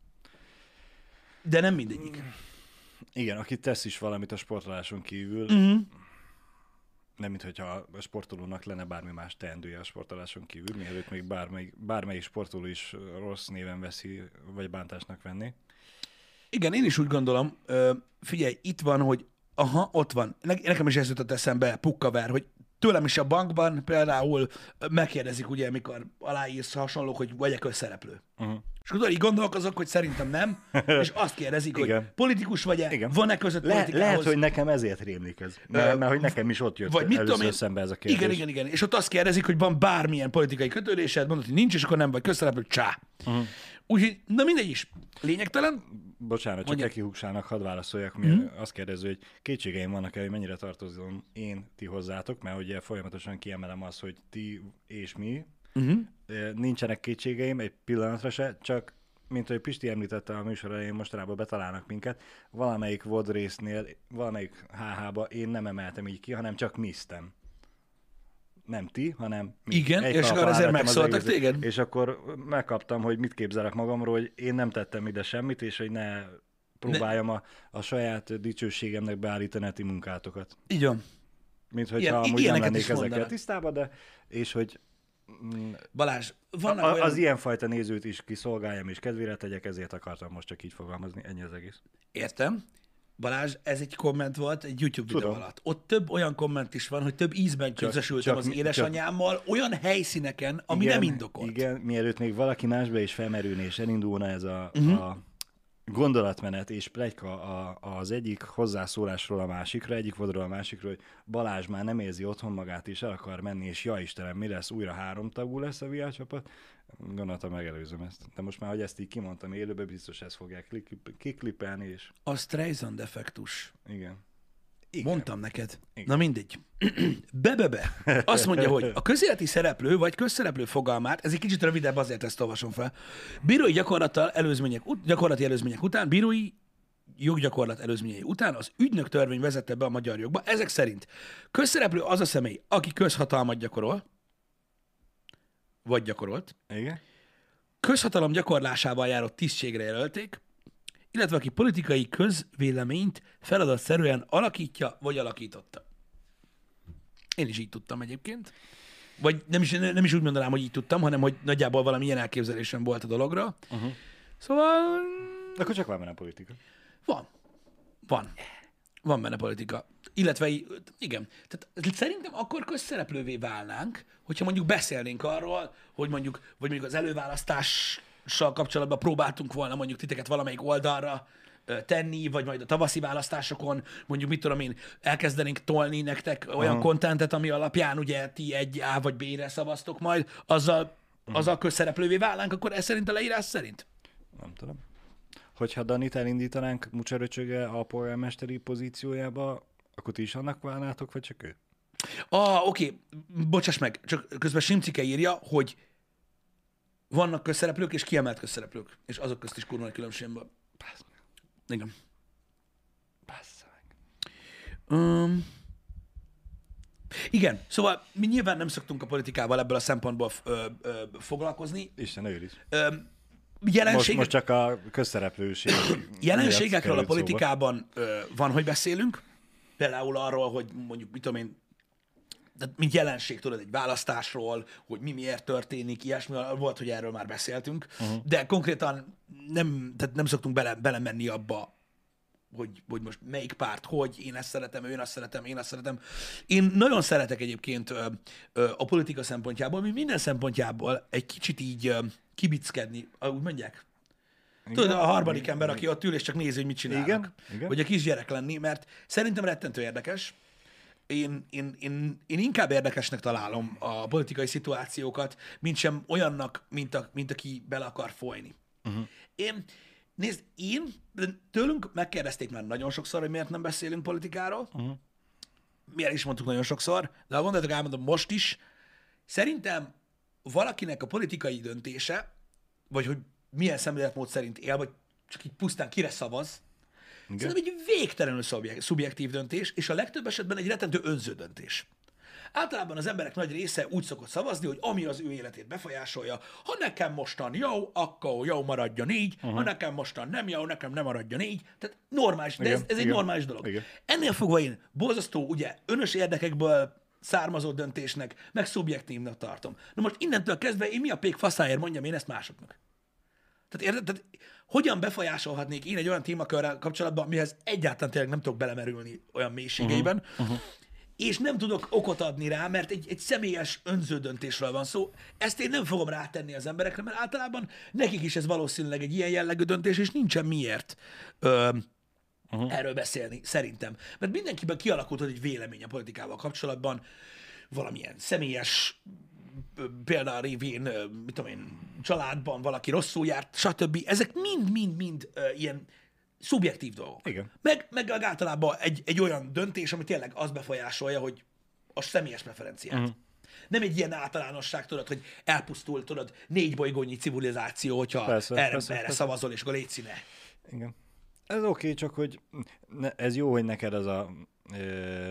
De nem mindegyik. Igen, aki tesz is valamit a sportoláson kívül, Uh-huh. nem minthogyha a sportolónak lenne bármi más teendője a sportoláson kívül, mielőtt még bármely, bármelyik sportoló is rossz néven veszi, vagy bántásnak venni. Igen, én is úgy gondolom, ö, figyelj, itt van, hogy aha, ott van. Ne, nekem is ez jutott eszembe, pukkaver, hogy tőlem is a bankban például megkérdezik, ugye, mikor aláírsz hasonlók, hogy vagy-e közszereplő. Uh-huh. És akkor így gondolkozok, hogy szerintem nem, és azt kérdezik, hogy politikus vagy-e, Igen. van-e között Le- politikához. Lehet, hogy nekem ezért rémlik ez. Mert, Ö, mert hogy nekem is ott jött vagy mit tudom először én, szembe ez a kérdés. Igen, igen, igen. És ott azt kérdezik, hogy van bármilyen politikai kötődésed, mondod, hogy nincs, és akkor nem vagy közszereplő, csá. Uh-huh. Úgyhogy, na mindegy is. Lényegtelen. Bocsánat, csak Mondja. Eki Hugsának hadd válaszoljak, mi mm-hmm. azt kérdező, hogy kétségeim vannak-e, hogy mennyire tartozom én ti hozzátok, mert ugye folyamatosan kiemelem azt, hogy ti és mi. Uh-huh. Nincsenek kétségeim egy pillanatra se, csak mint ahogy Pisti említette a műsor elején, mostanában betalálnak minket, valamelyik vod résznél, valamelyik há há-ba én nem emeltem így ki, hanem csak misztem. Nem ti, hanem mi. Igen, Egy és kalappal akkor ezért rávettem az megszóltak egészet, téged? És akkor megkaptam, hogy mit képzelek magamról, hogy én nem tettem ide semmit, és hogy ne próbáljam a, a saját dicsőségemnek beállítani a ti munkátokat. Így van. Mint hogyha Ilyen- amúgy nem ilyeneket lennék is ezekkel mondanak. tisztában, de és hogy mm, Balázs, vannak a, olyan... az ilyenfajta nézőt is kiszolgáljam és kedvére tegyek, ezért akartam most csak így fogalmazni, ennyi az egész. Értem. Balázs, ez egy komment volt egy YouTube videó Tudom. alatt. Ott több olyan komment is van, hogy több ízben közösültem csak az mi- édesanyámmal olyan helyszíneken, ami igen, nem indokolt. Igen, mielőtt még valaki másba is felmerülne és elindulna ez a, Mhm. a gondolatmenet és pletyka a, az egyik hozzászólásról a másikra, egyik vadról a másikról, hogy Balázs már nem érzi otthon magát, és el akar menni, és ja Istenem, mi lesz, újra három tagú lesz a vé á csapat. Gondoltam, megelőzöm ezt. De most már, hogy ezt így kimondtam élőben, biztos ezt fogják kiklippelni, és... A Streisand effektus. Igen. Igen. Mondtam neked. Igen. Na mindegy. Bebebe. Azt mondja, hogy a közéleti szereplő vagy közszereplő fogalmát, ez egy kicsit rövidebb, azért ezt olvasom fel. Bírói gyakorlattal előzmények, gyakorlati előzmények után, bírói joggyakorlat előzményei után az ügynök törvény vezette be a magyar jogba. Ezek szerint közszereplő az a személy, aki közhatalmat gyakorol, vagy gyakorolt, Igen. közhatalom gyakorlásával járott tisztségre jelölték, illetve aki politikai közvéleményt feladatszerűen alakítja, vagy alakította. Én is így tudtam egyébként. Vagy nem is, nem is úgy mondanám, hogy így tudtam, hanem hogy nagyjából valami ilyen elképzelésem volt a dologra. Uh-huh. Szóval... De akkor csak van benne politika. Van. Van. Van benne politika. Illetve, igen. Tehát szerintem akkor közszereplővé válnánk, hogyha mondjuk beszélnénk arról, hogy mondjuk, vagy mondjuk az előválasztással kapcsolatban próbáltunk volna mondjuk titeket valamelyik oldalra tenni, vagy majd a tavaszi választásokon, mondjuk mit tudom én, elkezdenénk tolni nektek olyan kontentet, ami alapján ugye ti egy A vagy B-re szavaztok majd, azzal, azzal közszereplővé válnánk, akkor ez szerint a leírás szerint? Nem tudom. Hogyha Danit elindítanánk Mucsaröcsöge a polgármesteri pozíciójába, akkor ti is annak válnátok, vagy csak ő? Ah, oké, okay. Bocsáss meg, csak közben Simcike írja, hogy vannak közszereplők és kiemelt közszereplők, és azok közt is kurva nagy különbség van. Igen. Bassza meg. Um, igen, szóval mi nyilván nem szoktunk a politikával ebből a szempontból ö, ö, foglalkozni. Isten őr is. Ö, Jelenség... most, most csak a közszereplőség. Jelenségekről a politikában ö, van, hogy beszélünk. Például arról, hogy mondjuk, mit tudom én, de mint jelenség, tudod, egy választásról, hogy mi miért történik, ilyesmi, volt, hogy erről már beszéltünk, uh-huh. de konkrétan nem, tehát nem szoktunk bele, belemenni abba, hogy, hogy most melyik párt, hogy én ezt szeretem, én azt szeretem, én azt szeretem. Én nagyon szeretek egyébként ö, ö, a politika szempontjából, mi minden szempontjából egy kicsit így ö, kibickedni, úgy mondják. Igen, tudod, a harmadik igen, ember, aki ott ül, és csak nézi, hogy mit csinálnak. Igen, igen. Vagy a kisgyerek lenni, mert szerintem rettentő érdekes. Én, én, én, én inkább érdekesnek találom a politikai szituációkat, mint sem olyannak, mint, a, mint aki bele akar folyni. Uh-huh. Én, nézd, én, tőlünk megkérdezték már nagyon sokszor, hogy miért nem beszélünk politikáról. Uh-huh. Miért is mondtuk nagyon sokszor, de ha gondoltok, elmondom most is, szerintem valakinek a politikai döntése, vagy hogy milyen szemléletmód szerint él, vagy csak így pusztán kire szavaz, igen. Szerintem egy végtelenül szubjektív döntés, és a legtöbb esetben egy rettentő önző döntés. Általában az emberek nagy része úgy szokott szavazni, hogy ami az ő életét befolyásolja, ha nekem mostan jó, akkor jó, maradjon így, uh-huh. ha nekem mostan nem jó, nekem nem maradjon így. Tehát normális, de ez, ez egy normális dolog. Igen. Ennél fogva én borzasztó, ugye, önös érdekekből származó döntésnek, meg szubjektívnak tartom. Na most innentől kezdve én mi a pék faszáért mondjam én ezt másoknak? Tehát, érted? Tehát hogyan befolyásolhatnék én egy olyan témakörrel kapcsolatban, amihez egyáltalán tényleg nem tudok belemerülni olyan mélységeiben, uh-huh. Uh-huh. és nem tudok okot adni rá, mert egy, egy személyes önző döntésről van szó. Ezt én nem fogom rátenni az emberekre, mert általában nekik is ez valószínűleg egy ilyen jellegű döntés, és nincsen miért ö, uh-huh. erről beszélni, szerintem. Mert mindenkiben kialakult egy vélemény a politikával kapcsolatban, valamilyen személyes például révén, mit tudom én, családban valaki rosszul járt, stb. Ezek mind-mind-mind uh, ilyen szubjektív dolgok. Igen. Meg, meg általában egy, egy olyan döntés, ami tényleg azt befolyásolja, hogy a személyes preferenciát. Uh-huh. Nem egy ilyen általánosság, tudod, hogy elpusztul, tudod, négy bolygónyi civilizáció, hogyha persze, erre, persze, erre persze. szavazol, és akkor légy színe. Igen. Ez oké, okay, csak hogy ne, ez jó, hogy neked az a ö,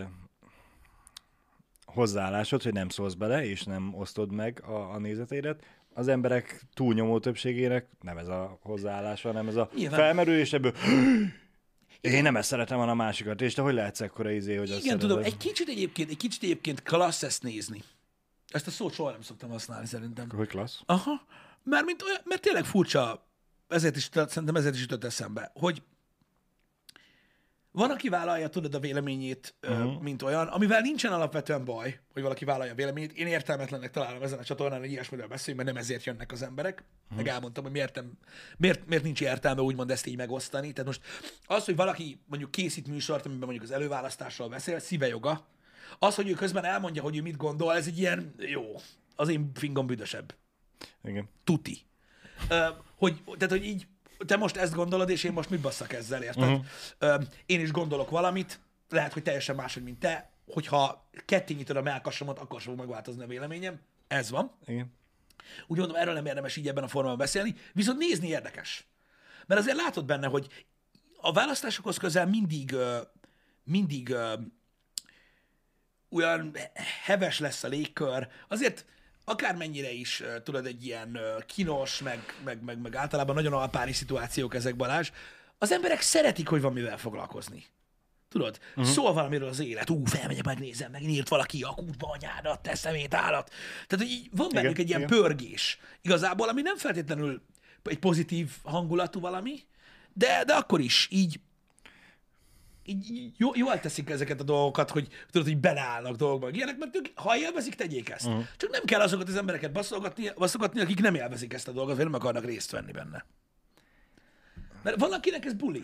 hozzáállásod, hogy nem szólsz bele, és nem osztod meg a, a nézeteidet. Az emberek túlnyomó többségének nem ez a hozzáállása, hanem ez a nyilván felmerül, és ebből én nem ezt szeretem, hanem a másikat. És te hogy lehetsz ekkora izé, hogy azt igen, tudom, egy kicsit egyébként, egy kicsit egyébként klassz ezt nézni. Ezt a szót soha nem szoktam használni szerintem. Hogy klassz? Aha, mert, mint olyan, mert tényleg furcsa, ezért is, szerintem ezért is jutott eszembe, hogy Van, aki vállalja, tudod, a véleményét, uh-huh. mint olyan, amivel nincsen alapvetően baj, hogy valaki vállalja a véleményét. Én értelmetlennek találom ezen a csatornán, hogy ilyesmiről beszéljünk, mert nem ezért jönnek az emberek. Uh-huh. Meg elmondtam, hogy miért, nem, miért, miért nincs értelme úgymond ezt így megosztani. Tehát most az, hogy valaki mondjuk készít műsort, amiben mondjuk az előválasztásról beszél, szíve joga. Az, hogy ő közben elmondja, hogy ő mit gondol, ez egy ilyen, jó, az én fingom büdösebb. Igen. Tuti. Uh, hogy, tehát, hogy így, te most ezt gondolod, és én most mit basszak ezzel, érted? Uh-huh. Uh, én is gondolok valamit, lehet, hogy teljesen máshogy, mint te, hogyha ketté nyitod a mellkasomat, akkor sem fog megváltozni a véleményem. Ez van. Igen. Úgy mondom, erről nem érdemes így ebben a formában beszélni, viszont nézni érdekes. Mert azért látod benne, hogy a választásokhoz közel mindig, uh, mindig uh, olyan heves lesz a légkör, azért akármennyire is, uh, tudod, egy ilyen uh, kínos, meg, meg, meg, meg általában nagyon alpári szituációk ezek, Balázs, az emberek szeretik, hogy van mivel foglalkozni. Tudod, uh-huh. szól valamiről az élet, ú, felmegyek, megnézem, meg írt valaki a kurva anyádat, te szemét állat. Tehát, hogy így van bennük egy ilyen igen. pörgés igazából, ami nem feltétlenül egy pozitív hangulatú valami, de, de akkor is így, így jó, jól teszik ezeket a dolgokat, hogy tudod, hogy beleállnak dolgokban, ilyenek, mert ők, ha élvezik, tegyék ezt. Uh-huh. Csak nem kell azokat az embereket baszogatni, baszogatni, akik nem élvezik ezt a dolgot, vagy nem akarnak részt venni benne. Mert valakinek ez buli.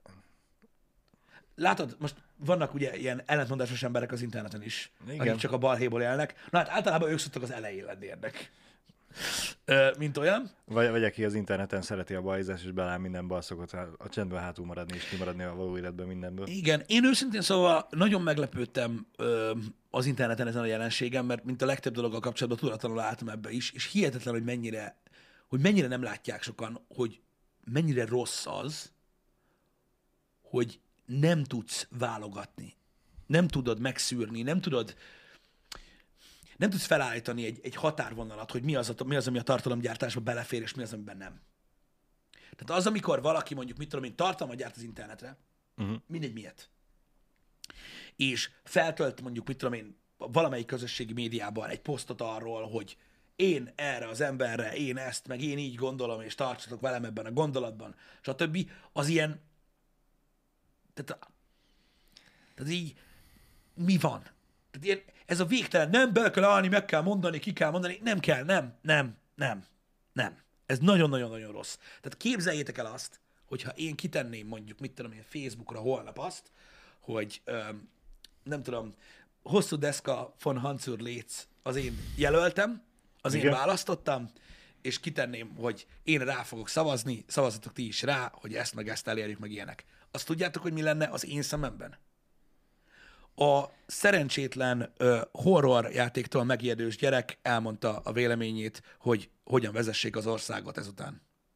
Látod, most vannak ugye ilyen ellentmondásos emberek az interneten is, igen. akik csak a balhéból élnek. Na hát általában ők szoktak az elején lenni ennek. Ö, mint olyan. Vagy, vagy aki az interneten szereti a balhézást, és beláll mindenbe, az szokott a csendben hátul maradni, és kimaradni a való életben mindenből. Igen, én őszintén szóval nagyon meglepődtem ö, az interneten ezen a jelenségem, mert mint a legtöbb dologgal kapcsolatban tudatlanul álltam ebbe is, és hihetetlen, hogy mennyire, hogy mennyire nem látják sokan, hogy mennyire rossz az, hogy nem tudsz válogatni. Nem tudod megszűrni, nem tudod, nem tudsz felállítani egy, egy határvonalat, hogy mi az, a, mi az, ami a tartalomgyártásba belefér, és mi az, amiben nem. Tehát az, amikor valaki mondjuk, mit tudom én, tartalmat gyárt az internetre, uh-huh. mindegy miért, és feltölt mondjuk, mit tudom én, valamelyik közösségi médiában egy posztot arról, hogy én erre az emberre, én ezt, meg én így gondolom, és tartsatok velem ebben a gondolatban, stb. Az ilyen, tehát, tehát így, mi van? Tehát ilyen, ez a végtelen, nem be kell állni, meg kell mondani, ki kell mondani, nem kell, nem, nem, nem, nem. Ez nagyon-nagyon-nagyon rossz. Tehát képzeljétek el azt, hogyha én kitenném mondjuk, mit tudom én, Facebookra holnap azt, hogy öm, nem tudom, hosszú deszka von Hansur Létsz az én jelöltem, az igen. én választottam, és kitenném, hogy én rá fogok szavazni, szavazatok ti is rá, hogy ezt meg ezt elérjük, meg ilyenek. Azt tudjátok, hogy mi lenne az én szememben? A szerencsétlen uh, horror játéktól megijedős gyerek elmondta a véleményét, hogy hogyan vezessék az országot ezután.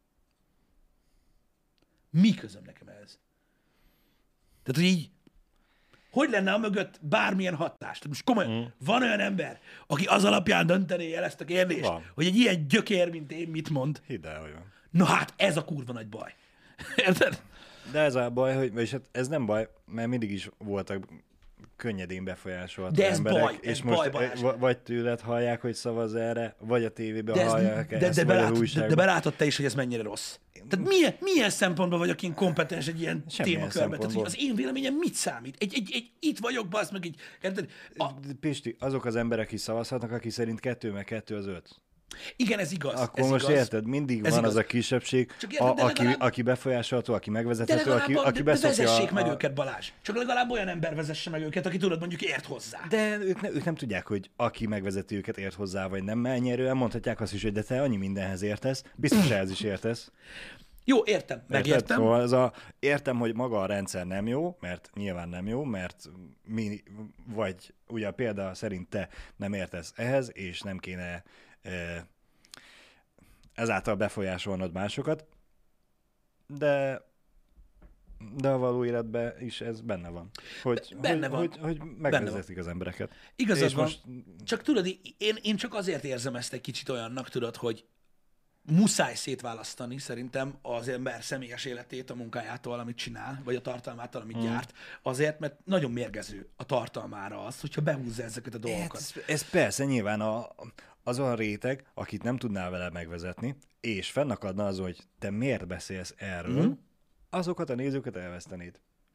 Mi közöm nekem ez? Tehát, hogy így, hogy lenne a mögött bármilyen hatás? Tehát most komolyan, mm. van olyan ember, aki az alapján döntené el ezt a kérdést, van. Hogy egy ilyen gyökér, mint én, mit mond? Hidd el, hogy van. Na hát, ez a kurva nagy baj. Érted? De ez a baj, hogy, és hát ez nem baj, mert mindig is voltak könnyedén befolyásolható de ez emberek, baj, és ez most baj, v- vagy tőled hallják, hogy szavaz erre, vagy a tévében de hallják de, ezt, de, vagy belátod, az újságban. De, de belátod te is, hogy ez mennyire rossz. Tehát milyen, milyen szempontból vagyok én kompetens egy ilyen témakörben? Tehát, hogy az én véleményem mit számít? Egy, egy, egy itt vagyok, bazd meg, egy, érted? A... Pisti, azok az emberek is szavazhatnak, aki szerint kettő meg kettő az öt. Igen, ez igaz. Akkor ez most igaz. érted, mindig ez van igaz. az a kisebbség, érted, a, legalább... aki, aki befolyásolható, aki megvezethető, aki, a, aki de beszokja... vezessék a... meg őket, Balázs. Csak legalább olyan ember vezesse meg őket, aki tudod, mondjuk ért hozzá. De ők, ne, ők nem tudják, hogy aki megvezeti őket ért hozzá, vagy nem, mert ennyierően mondhatják azt is, hogy de te annyi mindenhez értesz, biztos ehhez is értesz. Jó, értem, megértem. Szóval ez a, értem, hogy maga a rendszer nem jó, mert nyilván nem jó, mert mi, vagy ugye a példa szerint te nem értesz ehhez, és nem kéne e, ezáltal befolyásolnod másokat, de, de a való életben is ez benne van. Hogy, benne hogy, van. hogy, hogy megvezetik az embereket. Igazad van. Most... Csak tudod, én, én csak azért érzem ezt egy kicsit olyannak, tudod, hogy muszáj szétválasztani szerintem az ember személyes életét a munkájától, amit csinál, vagy a tartalmától, amit hmm. gyárt, azért, mert nagyon mérgező a tartalmára az, hogyha behúzza ezeket a dolgokat. Ez, ez persze, nyilván a, az olyan réteg, akit nem tudnál vele megvezetni, és fennakadna az, hogy te miért beszélsz erről, hmm. azokat a nézőket elvesztenéd.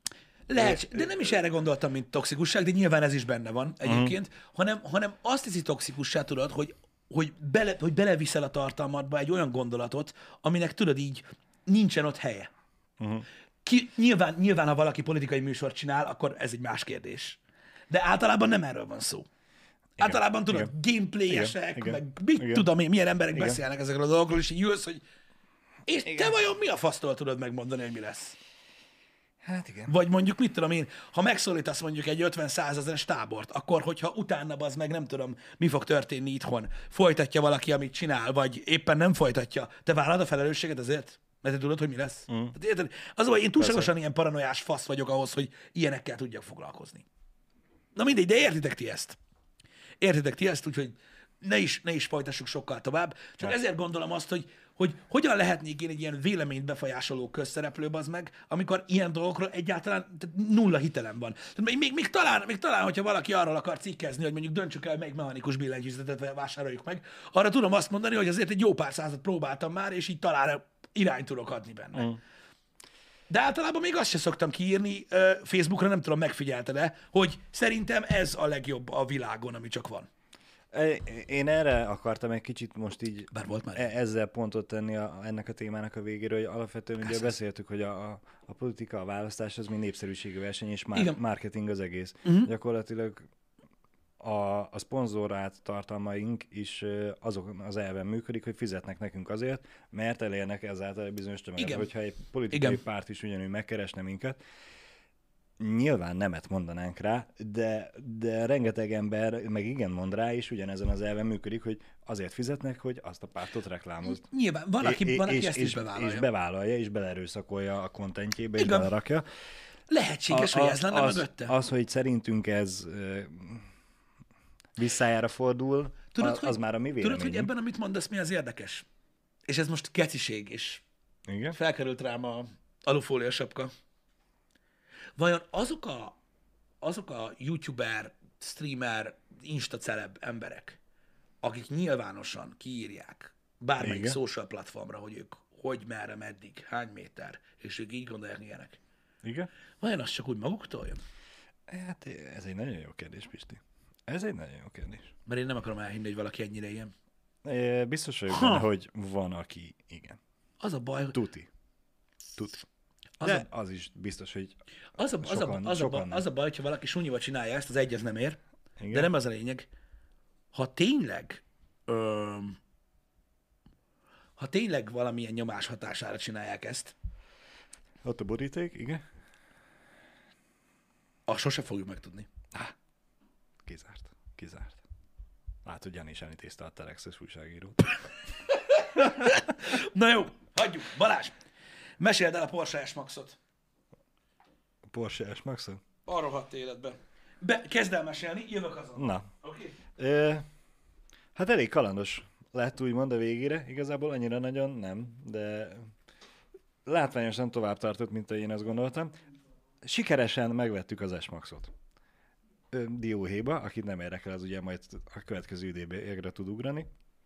Lehet, de nem is erre gondoltam, mint toxikusság, de nyilván ez is benne van egyébként, uh-huh. hanem, hanem azt hiszi toxikussá, tudod, hogy, hogy, bele, hogy beleviszel a tartalmadba egy olyan gondolatot, aminek tudod így, nincsen ott helye. Uh-huh. Ki, nyilván, nyilván, ha valaki politikai műsort csinál, akkor ez egy más kérdés. De általában nem erről van szó. Igen. Általában tudod, igen. gameplayesek, igen. meg mit igen. tudom én, milyen emberek igen. beszélnek ezekről a dolgokról, és így jössz, hogy és igen. te vajon mi a fasztól tudod megmondani, hogy mi lesz? Hát igen. Vagy mondjuk, mit tudom én, ha megszólítasz mondjuk egy ötven-százezeres tábort, akkor, hogyha utána az meg nem tudom, mi fog történni itthon, folytatja valaki, amit csinál, vagy éppen nem folytatja, te vállalod a felelősséget ezért? Mert te tudod, hogy mi lesz? Mm. Tehát, érted? Az, hogy én túlságosan Persze. ilyen paranoiás fasz vagyok ahhoz, hogy ilyenekkel tudjak foglalkozni. Na mindegy, de értitek ti ezt. Értitek ti ezt, úgyhogy ne is, ne is folytassuk sokkal tovább. Csak ja. ezért gondolom azt, hogy, hogy hogyan lehetnék én egy ilyen véleményt befolyásoló közszereplő, az meg, amikor ilyen dolgokról egyáltalán nulla hitelem van. Még, még, még, talán, még talán, hogyha valaki arról akar cikkezni, hogy mondjuk döntsük el, melyik mechanikus billentyűzetet vásároljuk meg, arra tudom azt mondani, hogy azért egy jó pár százat próbáltam már, és így talán irányt tudok adni benne. Mm. De általában még azt se szoktam kiírni uh, Facebookra, nem tudom, megfigyelted-e, hogy szerintem ez a legjobb a világon, ami csak van. Én erre akartam egy kicsit most így Bár volt már. ezzel pontot tenni a, ennek a témának a végére, hogy alapvetően ugye beszéltük, hogy a, a, a politika, a választás az mind népszerűségi verseny, és már marketing az egész. Uh-huh. Gyakorlatilag a, a szponzorált tartalmaink is azok az elven működik, hogy fizetnek nekünk azért, mert elérnek ezáltal egy bizonyos tömeget. Hogyha egy politikai Igen. párt is ugyanúgy megkeresne minket, nyilván nemet mondanánk rá, de, de rengeteg ember meg igen mond rá, és ugyanezen az elven működik, hogy azért fizetnek, hogy azt a pártot reklámozd. Nyilván, van, aki, van, aki és, ezt és, is bevállalja. És bevállalja, és belerőszakolja a kontentjébe, és belerakja. Lehetséges, a, a, hogy ez lenne az, mögötte. Az, hogy szerintünk ez uh, visszájára fordul, tudod, az, hogy, az már a mi véleményünk. Tudod, hogy ebben, amit mondasz, mi az érdekes? És ez most keciség, és igen? felkerült rám a alufólia sapka. Vajon azok a, azok a youtuber, streamer, instaceleb emberek, akik nyilvánosan kiírják bármelyik Igen. social platformra, hogy ők hogy, merre, meddig, hány méter, és ők így gondolják ilyenek. Igen? Vajon az csak úgy maguktól jön? Hát ez egy nagyon jó kérdés, Pisti. Ez egy nagyon jó kérdés. Mert én nem akarom elhinni, hogy valaki ennyire ilyen. É, biztos vagyok benne, hogy van, aki igen. Az a baj, hogy... Tuti. Tuti. Az De a... az is biztos, hogy az a, az sokan, a, az sokan a, baj, az a baj, hogyha valaki sunyival csinálja ezt, az egy az nem ér. Igen? De nem az a lényeg. Ha tényleg öm, ha tényleg valamilyen nyomás hatására csinálják ezt, ott a boríték, igen? azt sose fogjuk megtudni. Ah, kizárt, kizárt. Látod, Jani is elítézte a Telexes újságírót. Na jó, hagyjuk. Balázs, meséld el a Porsche S-Maxot. A Porsche S-Maxot? A rohadt életbe. Be, kezd el mesélni, jövök azon. Na. Oké. Okay. Hát elég kalandos lett úgymond a végére. Igazából annyira nagyon nem, de látványosan tovább tartott, mint ahogy én azt gondoltam. Sikeresen megvettük az S-Maxot. Dióhéjba, akit nem érdekel, az ugye majd a következő idébe tud ugrani.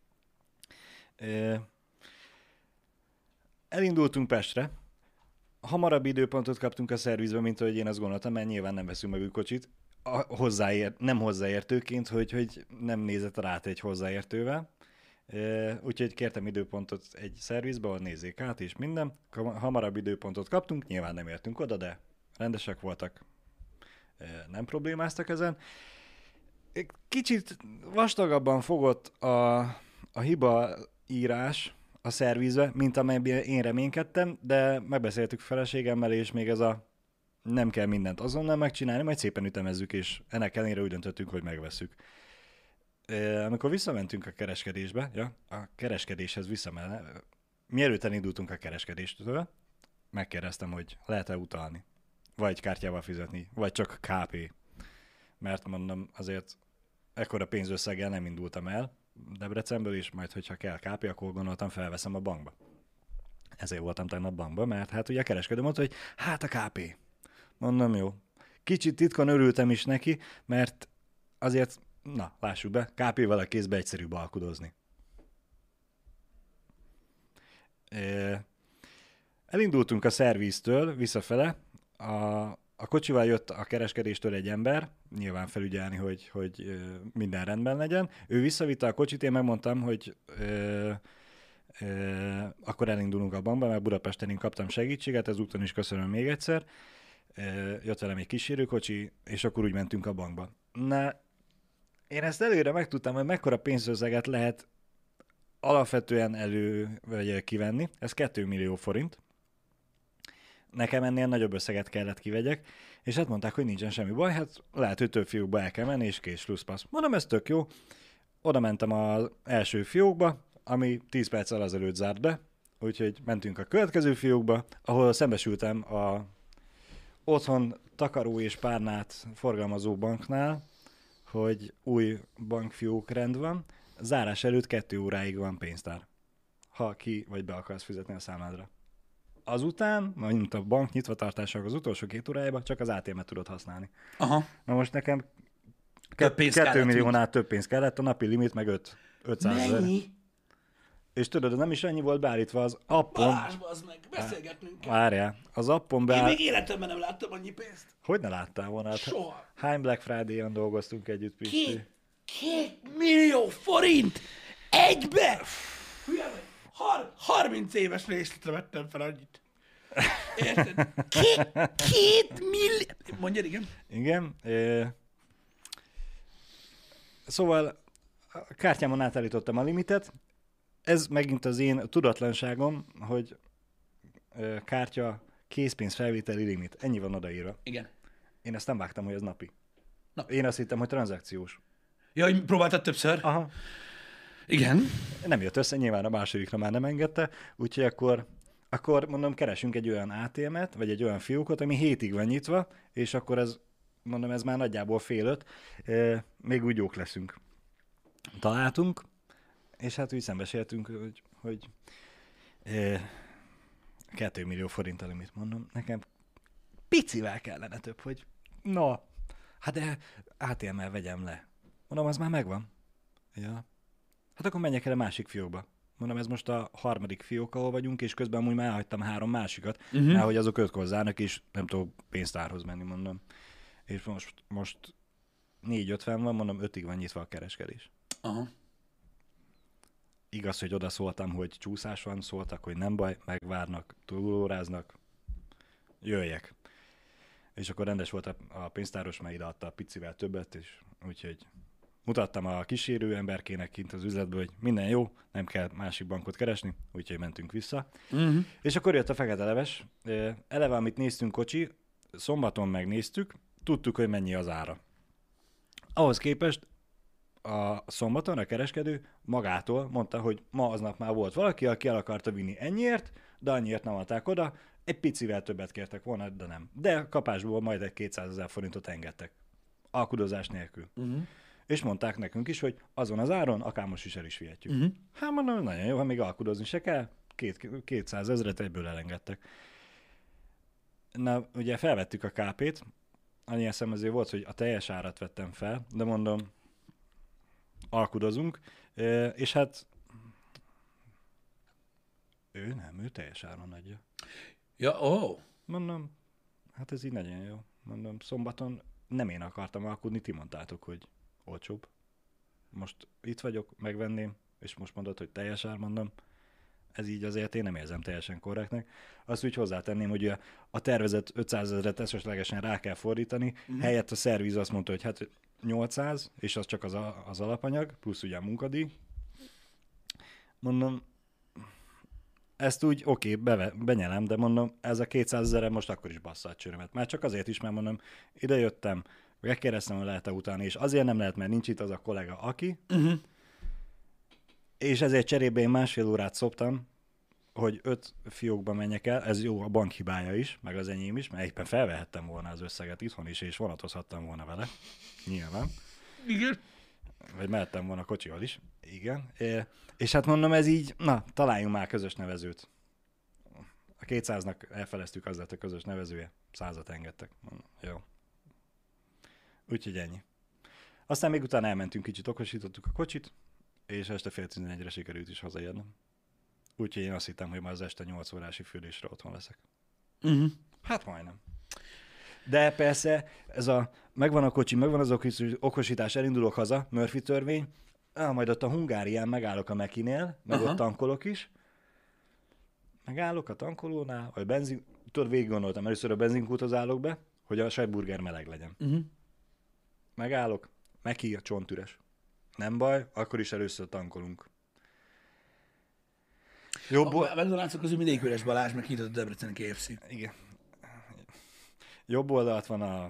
Elindultunk Pestre. Hamarabb időpontot kaptunk a szervizbe, mint ahogy én azt gondoltam, mert nyilván nem veszünk meg kocsit. A hozzáér, nem hozzáértőként, hogy, hogy nem nézett rá egy hozzáértővel. Úgyhogy kértem időpontot egy szervizbe, ahol nézzék át, és minden. Hamarabb időpontot kaptunk, nyilván nem értünk oda, de rendesek voltak, nem problémáztak ezen. Kicsit vastagabban fogott a, a hiba írás a szervizbe, mint amelyben én reménykedtem, de megbeszéltük feleségemmel, és még ez a nem kell mindent azonnal megcsinálni, majd szépen ütemezzük, és ennek ellenére úgy döntöttünk, hogy megvesszük. Amikor visszamentünk a kereskedésbe, ja, a kereskedéshez visszamenne, mielőtt elindultunk a kereskedéstől, megkérdeztem, hogy lehet-e utalni, vagy kártyával fizetni, vagy csak ká pé. Mert mondom, azért ekkora pénzösszeggel nem indultam el Debrecenből, és majd, hogyha kell ká pé, akkor gondoltam, felveszem a bankba. Ezért voltam tegnap bankba, mert hát ugye a kereskedő mondta, hogy hát a ká pé. Mondom, jó. Kicsit titkon örültem is neki, mert azért, na, lássuk be, ká pével a kézbe egyszerűbb alkudozni. Elindultunk a szerviztől visszafele, a a kocsival jött a kereskedéstől egy ember, nyilván felügyelni, hogy, hogy minden rendben legyen. Ő visszavitte a kocsit, én megmondtam, hogy ö, ö, akkor elindulunk a bankba, mert Budapesten én kaptam segítséget, ezúton is köszönöm még egyszer. Ö, jött velem egy kísérőkocsi, és akkor úgy mentünk a bankba. Na, én ezt előre megtudtam, hogy mekkora pénzösszeget lehet alapvetően elő vagy kivenni. Ez két millió forint. Nekem ennél nagyobb összeget kellett kivegyek, és hát mondták, hogy nincsen semmi baj, hát lehet, hogy több fiókba el kell menni, és kész slusszpassz. Mondom, ez tök jó. Oda mentem az első fiókba, ami tíz perccel azelőtt zárt be, úgyhogy mentünk a következő fiókba, ahol szembesültem a otthon takaró és párnát forgalmazó banknál, hogy új bankfiók rend van, zárás előtt kettő óráig van pénztár, ha ki vagy be akarsz fizetni a számládra. Azután, mint a bank nyitvatartásának az utolsó két órájában, csak az á té em-et tudod használni. Aha. Na most nekem Több pénz kettő kellett, milliónál több pénz kellett, a napi limit meg öt, ötszázezer. Mennyi? És tudod, nem is annyi volt beállítva az appon. Balázs, bazd meg, beszélgetnünk kell. Várjál, az appon Én beáll... még életemben nem láttam annyi pénzt. Hogy ne láttál volna? Hát Soha. hány Black Friday-on dolgoztunk együtt, Pisti? Két, két millió forint egybe! Hülye vagy? Har- harminc éves részletre vettem fel annyit. Érted? Két, két millió... Mondjad, igen? Igen. É... Szóval a kártyámon átállítottam a limitet. Ez megint az én tudatlanságom, hogy ö, kártya készpénz felvételi limit. Ennyi van odaírva. Igen. Én ezt nem vágtam, hogy ez napi. Na. Én azt hittem, hogy tranzakciós. Ja, hogy próbáltad többször? Aha. Igen. Nem jött össze, nyilván a másodikra már nem engedte, úgyhogy akkor, akkor mondom, keresünk egy olyan á té em-et, vagy egy olyan fiókot, ami hétig van nyitva, és akkor ez, mondom, ez már nagyjából fél öt, e, még úgy jók leszünk. Találtunk, és hát úgy szembesültünk, hogy, hogy e, két millió forint a limit, mondom, nekem picivel kellene több, hogy na, hát de á té em-mel vegyem le. Mondom, az már megvan. Ja. Hát akkor menjek el a másik fiókba. Mondom, ez most a harmadik fiók, ahol vagyunk, és közben amúgy már elhagytam három másikat, uh-huh. mert hogy azok ötkor zárnak, és nem tudok pénztárhoz menni, mondom. És most, most négy ötven van, mondom, ötig van nyitva a kereskedés. Aha. Igaz, hogy oda szóltam, hogy csúszás van, szóltak, hogy nem baj, megvárnak, túlóráznak, jöjjek. És akkor rendes volt a, a pénztáros, mert ide adta a picivel többet, és úgyhogy mutattam a kísérő emberkének kint az üzletből, hogy minden jó, nem kell másik bankot keresni, úgyhogy mentünk vissza. Uh-huh. És akkor jött a fekete leves. Eleve, amit néztünk kocsi, szombaton megnéztük, tudtuk, hogy mennyi az ára. Ahhoz képest a szombaton a kereskedő magától mondta, hogy ma aznap már volt valaki, aki el akarta vinni ennyiért, de annyiért nem adták oda, egy picivel többet kértek volna, de nem. De kapásból majd egy kétszázezer forintot engedtek. Alkudozás nélkül. Uh-huh. És mondták nekünk is, hogy azon az áron akár most is el is vihetjük. Uh-huh. Hát mondom, nagyon jó, ha még alkudozni se kell, két, kétszázezret egyből elengedtek. Na, ugye felvettük a ká pét, annyi eszemező volt, hogy a teljes árat vettem fel, de mondom, alkudozunk, és hát ő nem, ő teljes áron adja. Ja, ó. Oh. Mondom, hát ez így nagyon jó. Mondom, szombaton nem én akartam alkudni, ti mondtátok, hogy olcsóbb. Most itt vagyok, megvenném, és most mondod, hogy teljes ár, mondom. Ez így azért én nem érzem teljesen korrektnek. Azt úgy hozzátenném, hogy a, a tervezett ötszázezret esetlegesen rá kell fordítani, mm. helyett a szerviz azt mondta, hogy hát nyolcszáz, és az csak az, a, az alapanyag, plusz ugye a munkadíj. Mondom, ezt úgy oké, okay, benyelem, de mondom, ez a kétszázezerre most akkor is bassza a csőrömet. Már csak azért is, mert mondom, ide jöttem, megkérdeztem, hogy lehet-e utána, és azért nem lehet, mert nincs itt az a kollega, aki. Uh-huh. És ezért cserébe én másfél órát szoptam, hogy öt fiókba menjek el, ez jó, a bank hibája is, meg az enyém is, mert éppen felvehettem volna az összeget itthon is, és vonatozhattam volna vele, nyilván. Igen. Vagy mehettem volna kocsival is, igen. É, és hát mondom, ez így, na, találjunk már közös nevezőt. A kétszáznak elfeleztük, az lett a közös nevezője, százat engedtek. Jó. Úgyhogy ennyi. Aztán még utána elmentünk, kicsit okosítottuk a kocsit, és este fél tizenegyre sikerült is hazaérnem. Úgyhogy én azt hittem, hogy már az este nyolc órási fürdésre otthon leszek. Uh-huh. Hát majdnem. De persze, ez a megvan a kocsi, megvan az okos- okosítás, elindulok haza, Murphy törvény, ah, majd ott a Hungárián megállok a Mekinél, meg Aha. ott tankolok is. Megállok a tankolónál, vagy benzin... Tudod, végig gondoltam, először a benzinkúthoz állok be, hogy a sajtburger meleg legyen. Uh-huh. Megállok, Meki a csontüres. Nem baj, akkor is először tankolunk. Jobb, A McDonald's közül mindegyik üres, Balázs, meg nyitott a Debreceni ká ef cé. igen. Jobb oldalt van a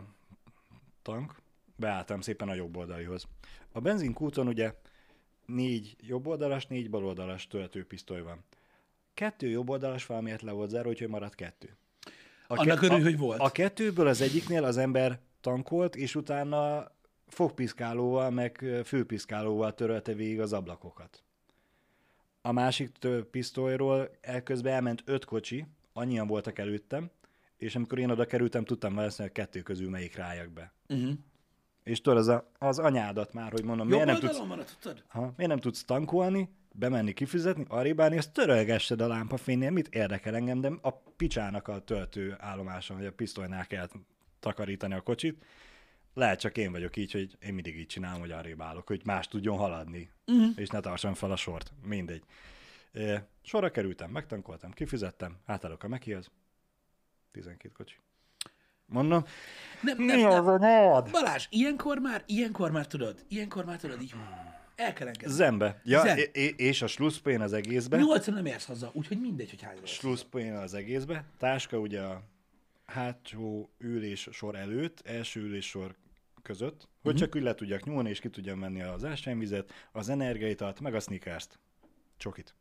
tank, beálltam szépen a jobb oldalihoz. A benzinkúton ugye négy jobboldalas, négy baloldalas töltőpisztoly van. Kettő jobboldalas valamiért le volt zárva, úgyhogy maradt kettő. A Annak örülj, a, hogy volt. A kettőből az egyiknél az ember tankolt, és utána fogpiszkálóval, meg főpiszkálóval törölte végig az ablakokat. A másik tő- pisztolyról elközben elment öt kocsi, annyian voltak előttem, és amikor én oda kerültem, tudtam valószínűleg kettő közül melyik rájak be. Uh-huh. És tudod, az, a, az anyádat már, hogy mondom, Jobb miért nem, tudsz, oldalon van, tudod? ha, miért nem tudsz tankolni, bemenni, kifizetni, arrébbálni, azt törölgessed a lámpafénynél, mit érdekel engem, de a picsának a töltő állomáson, hogy a pisztolynál kell takarítani a kocsit. Lehet csak én vagyok így, hogy én mindig így csinálom, hogy arrébb állok, hogy más tudjon haladni, uh-huh. és ne tartsam fel a sort. Mindegy. E, sorra kerültem, megtankoltam, kifizettem, átállok a Mekihez. tizenkét kocsi. Mondom, Nem, mi nem, az nem. anyád? Balázs, ilyenkor már, ilyenkor már tudod, ilyenkor már tudod így, el kell engedni. Zembe. Ja, Zen. é- é- és a slusszpén az egészben. Nyolcra nem érsz haza, úgyhogy mindegy, hogy hány lesz. Slusszpén az egészbe. Táska ugye a hátsó ülés sor előtt, első ülés sor között, hogy Mhm. csak úgy le tudjak nyúlni, és ki tudjam venni az ásványvizet, az energiaitalt, meg a sneakers-t. Csokit.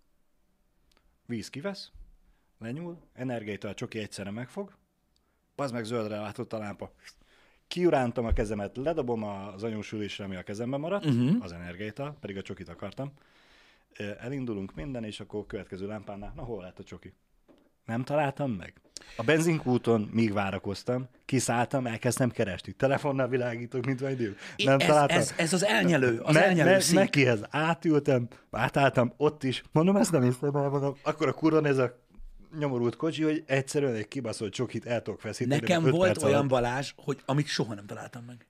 Víz kivesz, lenyúl, energiaitalt csoki egyszerre megfog, az meg zöldre látott a lámpa. Kiurántom a kezemet, ledobom az anyós ülésre, ami a kezemben maradt, Mhm. az energiaital, pedig a csokit akartam. Ö, Elindulunk minden, és akkor következő lámpánál, na hol lett a csoki? Nem találtam meg. A benzinkúton még várakoztam, kiszálltam, elkezdtem keresni. Telefonnal világítok, mint vagy idő. Nem ez, találtam. ez, ez az elnyelő, az Me- elnyelő me- szín. Mekihez átültem, átálltam ott is. Mondom, ezt nem hiszem el, mondom. Akkor a kurva ez a nyomorult kocsi, hogy egyszerűen egy kibaszott csokit el tudok feszíteni. Nekem öt volt perc olyan, alatt. Balázs, hogy amit soha nem találtam meg.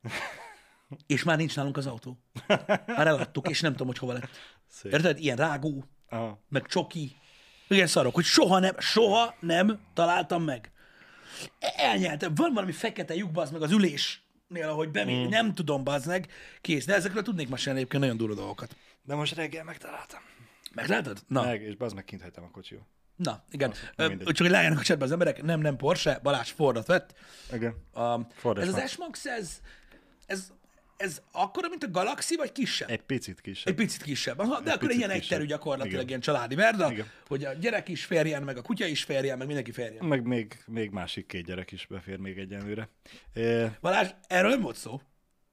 És már nincs nálunk az autó. Már eladtuk, és nem tudom, hogy hova lett. Szép. Érted? Ilyen rágó, Aha. meg csoki. Ilyen szarok, hogy soha nem, soha nem találtam meg. Elnyeltem. Van valami fekete lyuk, bazd meg az ülésnél, ahogy bemény, mm. nem tudom, bazd meg. Kész. De ezekről tudnék mesélni egyébként nagyon durva dolgokat. De most reggel megtaláltam. Meglátod? Na. Meg, és bazd meg kint hagytam a kocsiba. Na, igen. na Ö, mindegy. Csak hogy lájjanak a chatben az emberek, nem, nem Porsche, Balázs Fordot vett. Igen. Um, Ford ez az S-Max. S-Max, ez, ez, ez akkora, mint a Galaxy, vagy kisebb? Egy picit kisebb. Egy picit kisebb. Aha, de Egy akkor picit ilyen egyterű kisebb. gyakorlatilag, Igen. ilyen családi verda, Igen. hogy a gyerek is férjen, meg a kutya is férjen, meg mindenki férjen. Meg még, még másik két gyerek is befér még egyenlőre. E, Balázs, erről nem volt szó.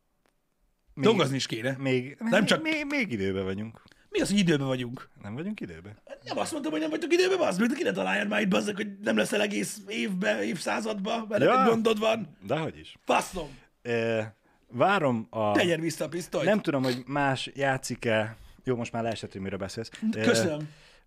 még, Dolgozni is kéne. Még, Nem csak- még, még időben vagyunk. Mi az, hogy időben vagyunk? Nem vagyunk időben? Nem azt mondtam, hogy nem vagytok időben, az meg, de ki ne találjad már itt, bazzak, hogy nem leszel egész évben, évszázadban, mert Ja. neked gondod van. Dehogy is. Faszom! E, várom a... Tegyen vissza a pisztolyt. Nem tudom, hogy más játszik-e... Jó, most már leesett, hogy mire beszélsz. E, Köszönöm.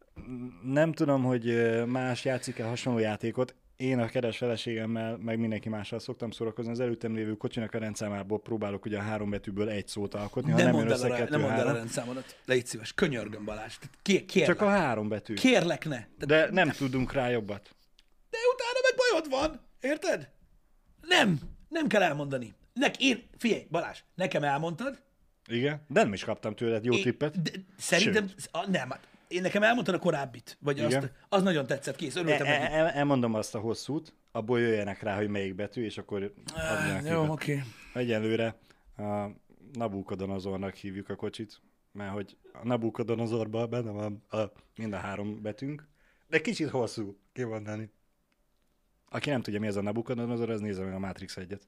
Nem tudom, hogy ö, más játszik-e hasonló játékot. Én a kedves feleségemmel, meg mindenki mással szoktam szórakozni. Az előttem lévő kocsinak a rendszámából próbálok ugye a három betűből egy szót alkotni. Ha Nem nem, mondd jön el, össze a, kettő, nem mondd el a három. rendszámodat. Légy szíves, könyörgöm, Balázs. Tehát Kér, kérlek. Csak a három betű. Kérlek, ne. De, De nem tudunk rá jobbat. de utána meg bajod van. Érted? Nem. Nem kell elmondani. Nek, én, figyelj, Balázs, nekem elmondtad. Igen? De nem is kaptam tőled jó Én, tippet. de, szerintem, a, nem, hát én nekem elmondtad a korábbit, vagy Igen. azt, az nagyon tetszett, kész, E- örültem neki. e- elmondom azt a hosszút, abból jöjjenek rá, hogy melyik betű, és akkor adjanak Jó, tippet. oké. Okay. Egyelőre a Nabucodonosornak hívjuk a kocsit, mert hogy a Nabucodonosorban benne van a, mind a három betűnk, de kicsit hosszú kimondani. Aki nem tudja, mi ez a Nabucodonosor, az nézze meg a Matrix egyet.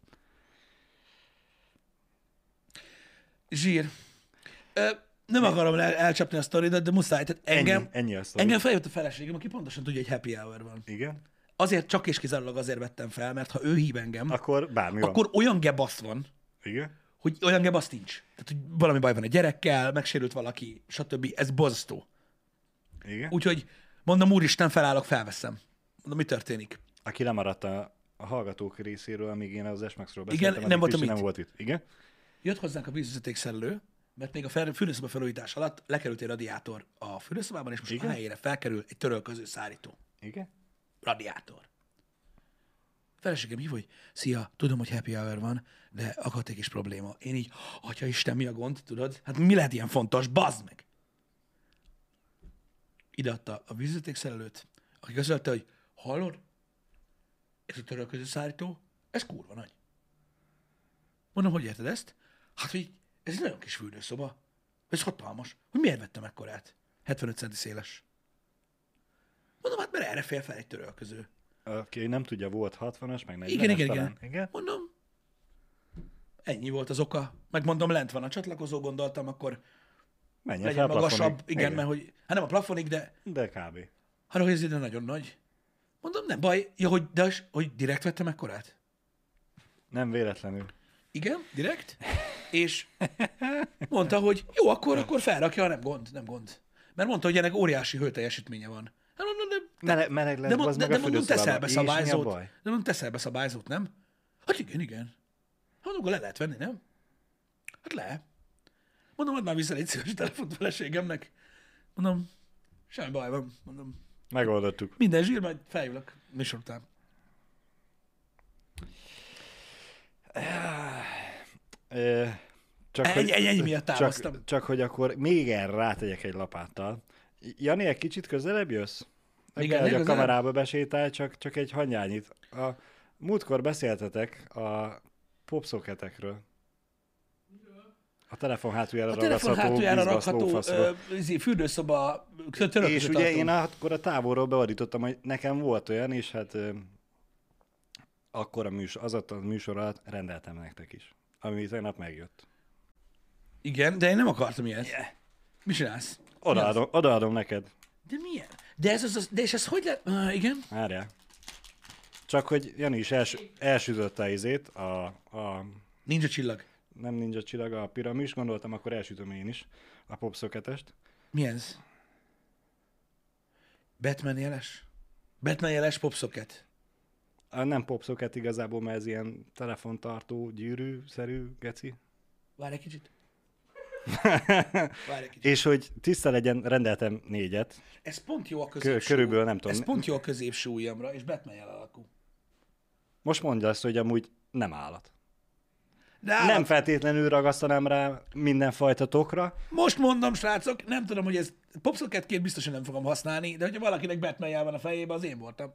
Zsír. Ö, nem akarom el, elcsapni a sztoridat, de muszáj. Tehát engem, Ennyi, ennyi a sztori. engem feljött a feleségem, aki pontosan tudja, hogy happy hour van. Igen? Azért csak és kizárólag azért vettem fel, mert ha ő hív engem, Akkor bármi van. akkor olyan gebasz van, Igen? hogy olyan gebasz nincs. Tehát, hogy valami baj van a gyerekkel, megsérült valaki, stb. Ez borzasztó. Igen? Úgyhogy mondom, úristen, felállok, felveszem. Mondom, mi történik? Aki lemaradt a a hallgatók részéről, amíg én az S-Maxról Igen, beszéltem, nem addig voltam Pisti itt. nem volt itt. Igen? Jött hozzánk a vízvezetékszerelő, mert még a fel- fürdőszoba felújítás alatt lekerült egy radiátor a fürdőszobában, és most Igen? a helyére felkerül egy törölköző szárító. Igen? Radiátor. A feleségem hív, hogy szia, tudom, hogy happy hour van, de akadt egy kis probléma. Én így, atya Isten, mi a gond, tudod? Hát mi lehet ilyen fontos? Bazd meg! Ideadta a vízvezetékszerelőt, aki közölte, hogy hallod? Ez a törölköző szárító, ez kurva nagy. Mondom, hogy érted ezt? Hát, hogy ez egy nagyon kis fürdőszoba. Ez hatalmas. Hogy miért vettem ekkorát? hetvenöt centi széles. Mondom, hát mert erre fér fel egy törölköző. Aki nem tudja, volt hatvanas, meg negyvenes Igen, igen, talán. igen. igen. Mondom, ennyi volt az oka. Megmondom, lent van a csatlakozó, gondoltam, akkor Menjen legyen fel magasabb. plafonig. Igen, igen, mert hogy, hát nem a plafonig, de De kb. hát hogy ez ide nagyon nagy. Mondom, nem baj. Ja, hogy, de, az- hogy direkt vettem ekkorát? Nem véletlenül. Igen, direkt. És mondta, hogy jó, akkor, akkor felrakja, nem gond, nem gond. Mert mondta, hogy ennek óriási hőteljesítménye van. Hát mondom, de, Meleg, meleg lesz, de, mond, bazd de, meg de a mondom, teszel fürdőszobában. be És mi a szabályzót. baj? De mondom, teszel be szabályzót, nem? Hát igen, igen. Hát mondom, akkor le lehet venni, nem? Hát le. Mondom, add már vissza egy szíves telefont feleségemnek. Mondom, semmi baj van. Mondom, Megoldottuk. minden zsír, majd feljövök műsor után. Ö, Csak, Ennyi, ennyi, ennyi miatt csak, távoztam. csak hogy akkor még erre rátegyek egy lapáttal. Jani, egy kicsit közelebb jössz? Nem Igen, kell, hogy a közelebb. kamerába besétálj, csak, csak egy hanyányit. A múltkor beszéltetek a popszoketekről. A telefon hátuljára A telefon ragasztható, hátuljára vízbaszló rakható faszról. ö, izé, fürdőszoba törölköző És ugye tartó. én akkor a távolról beadítottam, hogy nekem volt olyan, és hát ö, akkor a műsor, az a műsor alatt rendeltem nektek is. Ami tegnap megjött. Igen, de én nem akartam ilyet. Mi csinálsz? Mi az? Odaadom, odaadom neked. De milyen? De ez az, az de és ez hogy lehet? Uh, igen? Várjál. Csak hogy Jani is els, elsütötte a izét, a, a Ninja csillag. nem ninja csillag, a piramis, gondoltam, akkor elsütöm én is a popszoketest. Mi ez? Batman jeles? Batman jeles popsocket. A nem popszoket igazából, mert ez ilyen telefontartó, gyűrű-szerű geci. Várj egy kicsit. Várj egy kicsit. És hogy tiszta legyen, rendeltem négyet. Ez pont jó a Kö- középső. körülbelül nem tudom. Ez pont jó a középső ujjamra, és Batman jel alakú. Most mondja azt, hogy amúgy nem állat. De állat, Nem feltétlenül ragasztanám rá mindenfajta tokra. most mondom, srácok, nem tudom, hogy ez popsocketként biztosan nem fogom használni, de hogyha valakinek Batman jel van a fejében, az én voltam.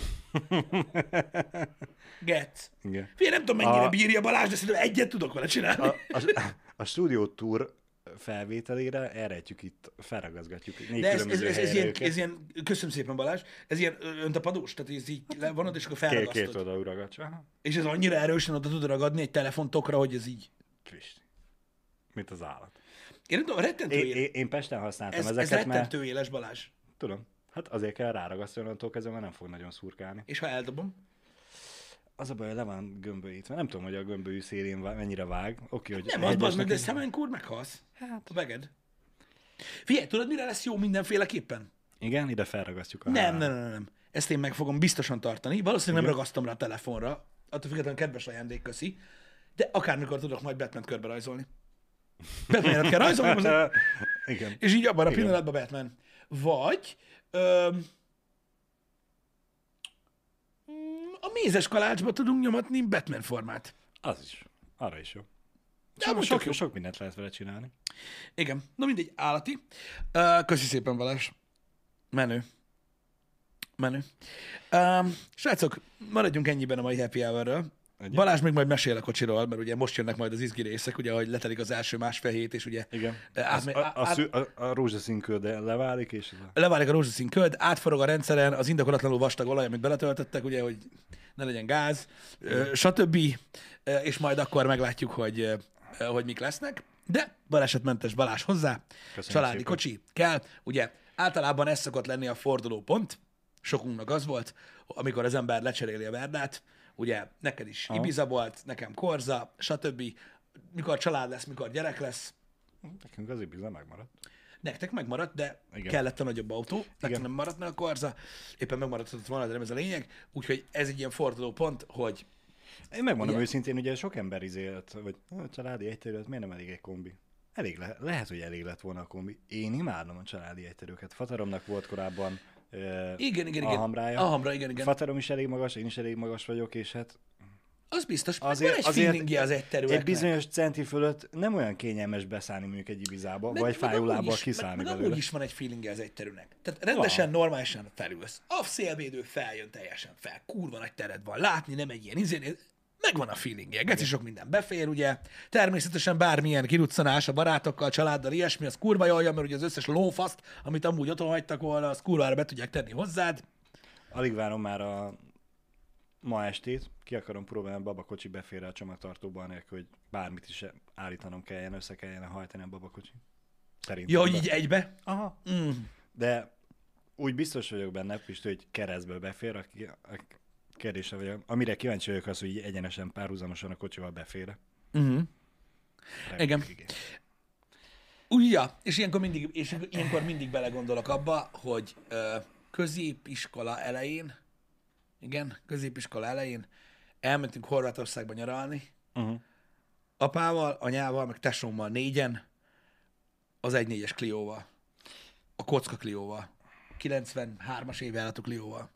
Get. Igen. Figyelj, nem tudom, mennyire A- bírja Balázs, de szerintem egyet tudok vele csinálni. A, a, a stúdió tour felvételére elrejtjük itt, felragazgatjuk négy De ez, ez, különböző ez, ez, helyre ilyen, őket. ez ilyen, köszönöm szépen Balázs, ez ilyen ö, öntapadós, tehát ez így levonod, és akkor Két, két felragasztod. oldalú ragacs. Aha. És ez annyira erősen oda tud ragadni egy telefontokra, hogy ez így. Pisti. Mint az állat. Én nem tudom, rettentő Én, éles. én, én Pesten használtam Ez, ez ezeket, mert rettentő éles, Balázs. tudom, hát azért kell ráragasztani, onnantól kezdve már nem fog nagyon szurkálni. És ha eldobom? Az a baj, le van gömbölyítve. Nem tudom, hogy a gömbölyű szélén vá- mennyire vág. Oké, hogy Nem, az egyesnek bazd meg, de egy- szemenykor meghalsz. Hát. A veged. Figyelj, tudod, mire lesz jó mindenféleképpen? Igen, ide felragasztjuk a Nem, nem, nem, nem. Ezt én meg fogom biztosan tartani. Valószínűleg nem Igen. ragasztom rá a telefonra. Attól függetlenül kedves ajándék, köszi. De akármikor tudok majd Batman-t körbe rajzolni. Batman-et kell rajzolni, az- Igen. és így abban a Igen. pillanatban Batman. Vagy öm, mm, a mézes kalácsba tudunk nyomatni Batman formát. Az is. Arra is jó. De Sok, amúgy sok, tök jó. sok mindent lehet vele csinálni. Igen. Na mindegy, állati. Uh, köszi szépen, Balázs. Menő. Menő. Uh, srácok, maradjunk ennyiben a mai happy hour-ről. Ugye? Balázs még majd mesél a kocsiról, mert ugye most jönnek majd az izgi részek, ugye, hogy letelik az első másfél hét, és ugye Igen. eh, Az, átmegy- a, a, át- szű- a, a rózsaszín köd leválik, és ez a... leválik a rózsaszín köd, átforog a rendszeren, az indokolatlanul vastag olaj, amit beletöltöttek, ugye, hogy ne legyen gáz, ö, stb. Ö, És majd akkor meglátjuk, hogy, ö, hogy mik lesznek. De balesetmentes Balázs hozzá, családi szépen. kocsi kell. Ugye általában ez szokott lenni a fordulópont, sokunknak az volt, amikor az ember lecseréli a Verdát, ugye neked is Aha. Ibiza volt, nekem Korza, stb. Mikor család lesz, mikor gyerek lesz, Nekünk az Ibiza megmaradt. Nektek megmaradt, de Igen. kellett a nagyobb autó, nekem Igen. nem maradt meg a Corsa, éppen megmaradhatott volna, de nem ez a lényeg, úgyhogy ez egy ilyen forduló pont, hogy Én megmondom Ugye? őszintén, ugye sok ember izélt, vagy a családi egyterület, miért nem elég egy kombi? Elég le- lehet, hogy elég lett volna a kombi. Én imádom a családi egyterűket. Fateromnak volt korábban uh, igen, igen, a igen. hamrája. A hamra, igen, igen. Faterom is elég magas, én is elég magas vagyok, és hát Az biztos, azért- azért, van egy azért feelingje az egy területnek. egy bizonyos centi fölött nem olyan kényelmes beszállni mondjuk egy Ibizába, Meg- vagy meg amúgy fájólábbal is- kiszállni meg, meg belőle. amúgy is van egy feelingje az egy terünek. Tehát rendesen, Van. normálisan felülsz. A szélvédő feljön teljesen fel. Kurva nagy tered van. Látni nem egy ilyen izén. Megvan a feelingje. Geci sok minden befér, ugye. Természetesen bármilyen kiruccanás a barátokkal, családdal, ilyesmi, az kurva jól jön, mert ugye az összes lófaszt, amit amúgy otthon hagytak volna, az kurvára be tudják tenni hozzád. Alig várom már a ma estét, ki akarom próbálni, a babakocsi befér a csomagtartóba, anélkül, hogy bármit is állítanom kelljen, össze kelljen hajtani a babakocsi. Szerintem. Ja, hogy be- így egybe. Aha. Mm. De úgy biztos vagyok benne, Pistő, hogy keresztbe befér, aki, a kérdése vagyok. Amire kíváncsi vagyok az, hogy így egyenesen párhuzamosan a kocsival befér. Mm. Igen. Úgy, ja, és ilyenkor mindig, és ilyenkor mindig belegondolok abba, hogy ö, középiskola elején, igen, középiskola elején elmentünk Horvátországba nyaralni, Uh-huh. apával, anyával, meg tesómmal négyen, az egy négyes Clióval, a kocka Clióval, kilencvenhármas évjáratú Clióval.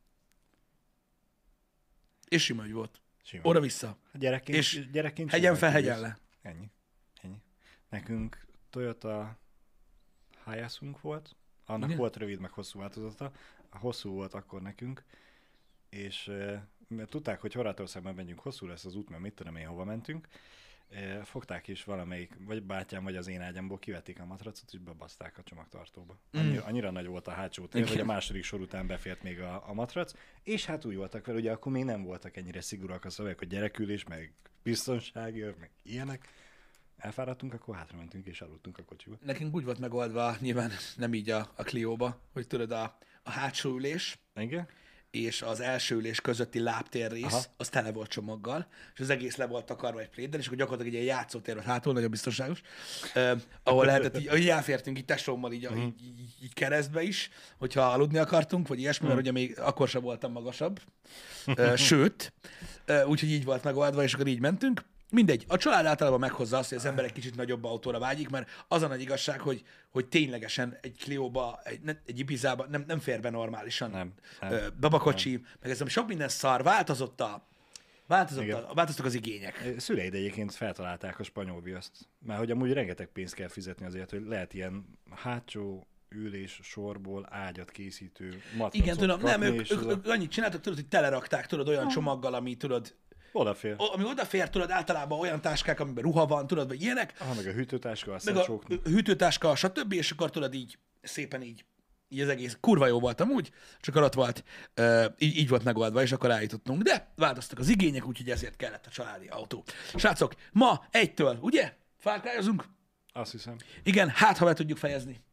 És sima ügy volt. Sima. Oda-vissza. Gyerekként, És gyerekként hegyen fel, simán hegyen kibírsz. le. Ennyi. Ennyi. Nekünk Toyota Hiace-unk volt, annak Igen? volt rövid, meg hosszú változata. A hosszú volt akkor nekünk, és eh, mert tudták, hogy Horvátországban megyünk, hosszú lesz az út, mert mit tudom én, hova mentünk, eh, fogták is valamelyik, vagy bátyám, vagy az én ágyamból, kivették a matracot, és bebaszták a csomagtartóba. Annyira, annyira nagy volt a hátsó tér, Igen. hogy a második sor után befért még a, a matrac, és hát úgy voltak vele, ugye akkor még nem voltak ennyire szigorúak a szövegek, hogy gyerekülés, meg biztonsági, meg ilyenek. Elfáradtunk, akkor hátramentünk és aludtunk a kocsiba. Nekünk úgy volt megoldva, nyilván nem így a, a Clióba, hogy tudod, a, a hátsó ülés Igen? és az első ülés közötti lábtér rész, Aha. az tele volt csomaggal, és az egész le volt takarva egy pléddel, és akkor gyakorlatilag egy ilyen játszótér volt hátul, nagyon biztonságos, eh, ahol lehetett, így, így elfértünk így tesómmal így, Mhm. így, így, így keresztbe is, hogyha aludni akartunk, vagy ilyesmi, mert ugye még akkor sem voltam magasabb, eh, sőt, eh, úgyhogy így volt megoldva, és akkor így mentünk. Mindegy, a család általában meghozza azt, hogy az ember egy kicsit nagyobb autóra vágyik, mert az a nagy igazság, hogy, hogy ténylegesen egy Clióba, egy, ne- egy Ibizába nem, nem fér be normálisan. Nem, nem, Ö, babakocsi, meg ez sok minden szar, változott a, változott Igen. a, változtak az igények. Szüleid egyébként feltalálták a spanyol viaszt. Mert hogy amúgy rengeteg pénzt kell fizetni azért, hogy lehet ilyen hátsó ülés sorból ágyat készítő matracot Igen, tudom, kapni, nem, ők, és ők, az a- ők annyit csináltak, tudod, hogy telerakták, tudod, olyan csomaggal, ami tudod, odafér. o- ami odafér, tudod, általában olyan táskák, amiben ruha van, tudod, vagy ilyenek, Aha, meg a hűtőtáska, a meg a szacsóknak. hűtőtáska, stb., és akkor tudod így, szépen így, így az egész, kurva jó volt amúgy, csak ott volt, uh, így, így volt megoldva, és akkor eljutottunk, de változtak az igények, úgyhogy ezért kellett a családi autó. Srácok, ma egytől, ugye? Fárkályozunk? Azt hiszem. Igen, hát ha be tudjuk fejezni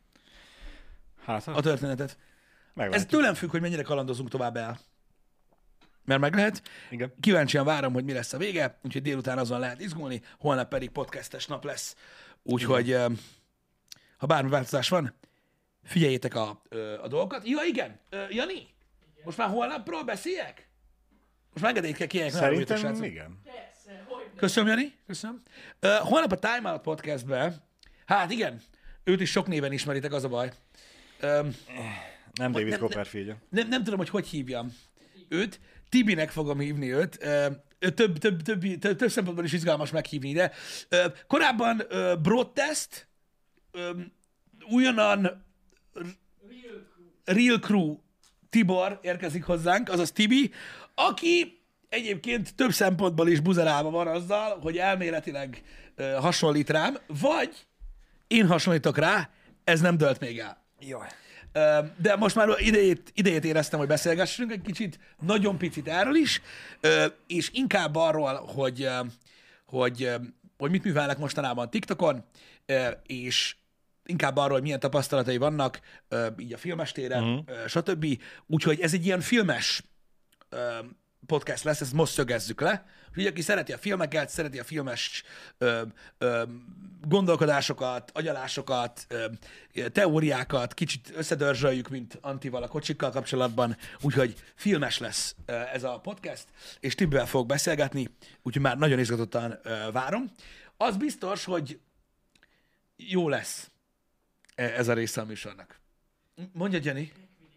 Hát, ha, a történetet. meglátjuk. Ez tőlem függ, hogy mennyire kalandozunk tovább el. Mert meg lehet. Igen. Kíváncsian várom, hogy mi lesz a vége, úgyhogy délután azon lehet izgulni, holnap pedig podcastes nap lesz. Úgyhogy ö, ha bármi változás van, figyeljétek a, ö, a dolgokat. Ja, igen, Ö, Jani, most már holnapról beszéljek? Most már engedélyt kell kérjek. nagyon rövidek, Szerintem srácok. igen. Persze, hogy ne. Köszönöm, Jani, köszönöm. Uh, holnap a Time Out podcastben, hát igen, őt is sok néven ismeritek, az a baj. Um, Nem David nem- Copperfield. nem, nem tudom, hogy hogy hívjam őt. Tibinek fogom hívni őt. Ö, Több, több, több, több, több szempontból is izgalmas meghívni ide. Ö, Korábban ö, Broadtest, ö, újonnan Real crew. Real Crew Tibor érkezik hozzánk, azaz Tibi, aki egyébként több szempontból is buzerálva van azzal, hogy elméletileg ö, hasonlít rám, vagy én hasonlítok rá, ez nem dölt még el. Jaj. Ö, De most már idejét, idejét éreztem, hogy beszélgessünk egy kicsit, nagyon picit erről is, ö, és inkább arról, hogy, ö, hogy, ö, hogy mit művelnek mostanában TikTokon, ö, és inkább arról, hogy milyen tapasztalatai vannak, ö, így a filmestéren, uh-huh. stb. Úgyhogy ez egy ilyen filmes ö, podcast lesz, ezt most szögezzük le. Úgyhogy aki szereti a filmeket, szereti a filmes ö, ö, gondolkodásokat, agyalásokat, ö, teóriákat, kicsit összedörzsöljük, mint Antival a kocsikkal kapcsolatban, úgyhogy filmes lesz ö, ez a podcast, és Tibivel fogok beszélgetni, úgyhogy már nagyon izgatottan ö, várom. Az biztos, hogy jó lesz ez a része a műsornak. Mondja, Jenny.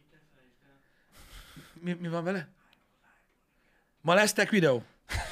Mi, mi van vele? Ma lesz tech videó.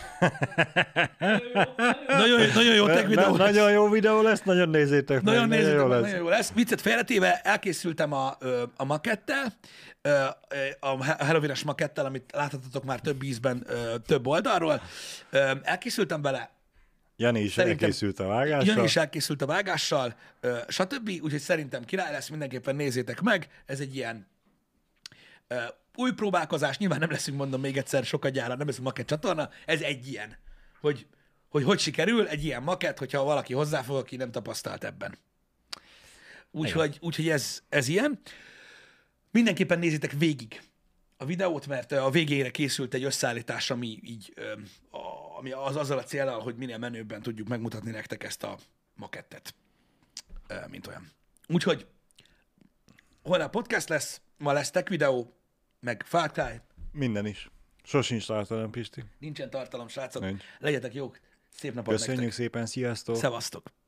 nagyon, nagyon jó tech videó Na, lesz. nagyon jó videó lesz, nagyon nézzétek Nagyon meg, nézzétek jó meg, lesz. nagyon jó lesz. Viccet félretéve, elkészültem a, a makettel, a Halloween-es makettel, amit láthatatok már több ízben, több oldalról. Elkészültem vele. Jani is Szerintem- elkészült a vágással. Jani is elkészült a vágással, stb. Úgyhogy szerintem király lesz, mindenképpen nézzétek meg. Ez egy ilyen új próbálkozás, nyilván nem leszünk, mondom még egyszer, sokat nem ez a makett csatorna, ez egy ilyen. Hogy, hogy hogy sikerül egy ilyen makett, hogyha valaki hozzáfog, aki nem tapasztalt ebben. Úgyhogy, úgyhogy ez, ez ilyen. Mindenképpen nézzétek végig a videót, mert a végére készült egy összeállítás, ami így, ö, a- ami az azzal a céllal, hogy minél menőbben tudjuk megmutatni nektek ezt a makettet, ö, mint olyan. Úgyhogy holnap podcast lesz, ma lesz tech videó, meg Far Cry. Minden is. Sosincs tartalom, Pisti. Nincsen tartalom, srácok. Nincs. Legyetek jók. Szép napot Köszönjük nektek. szépen, sziasztok! Szevasztok.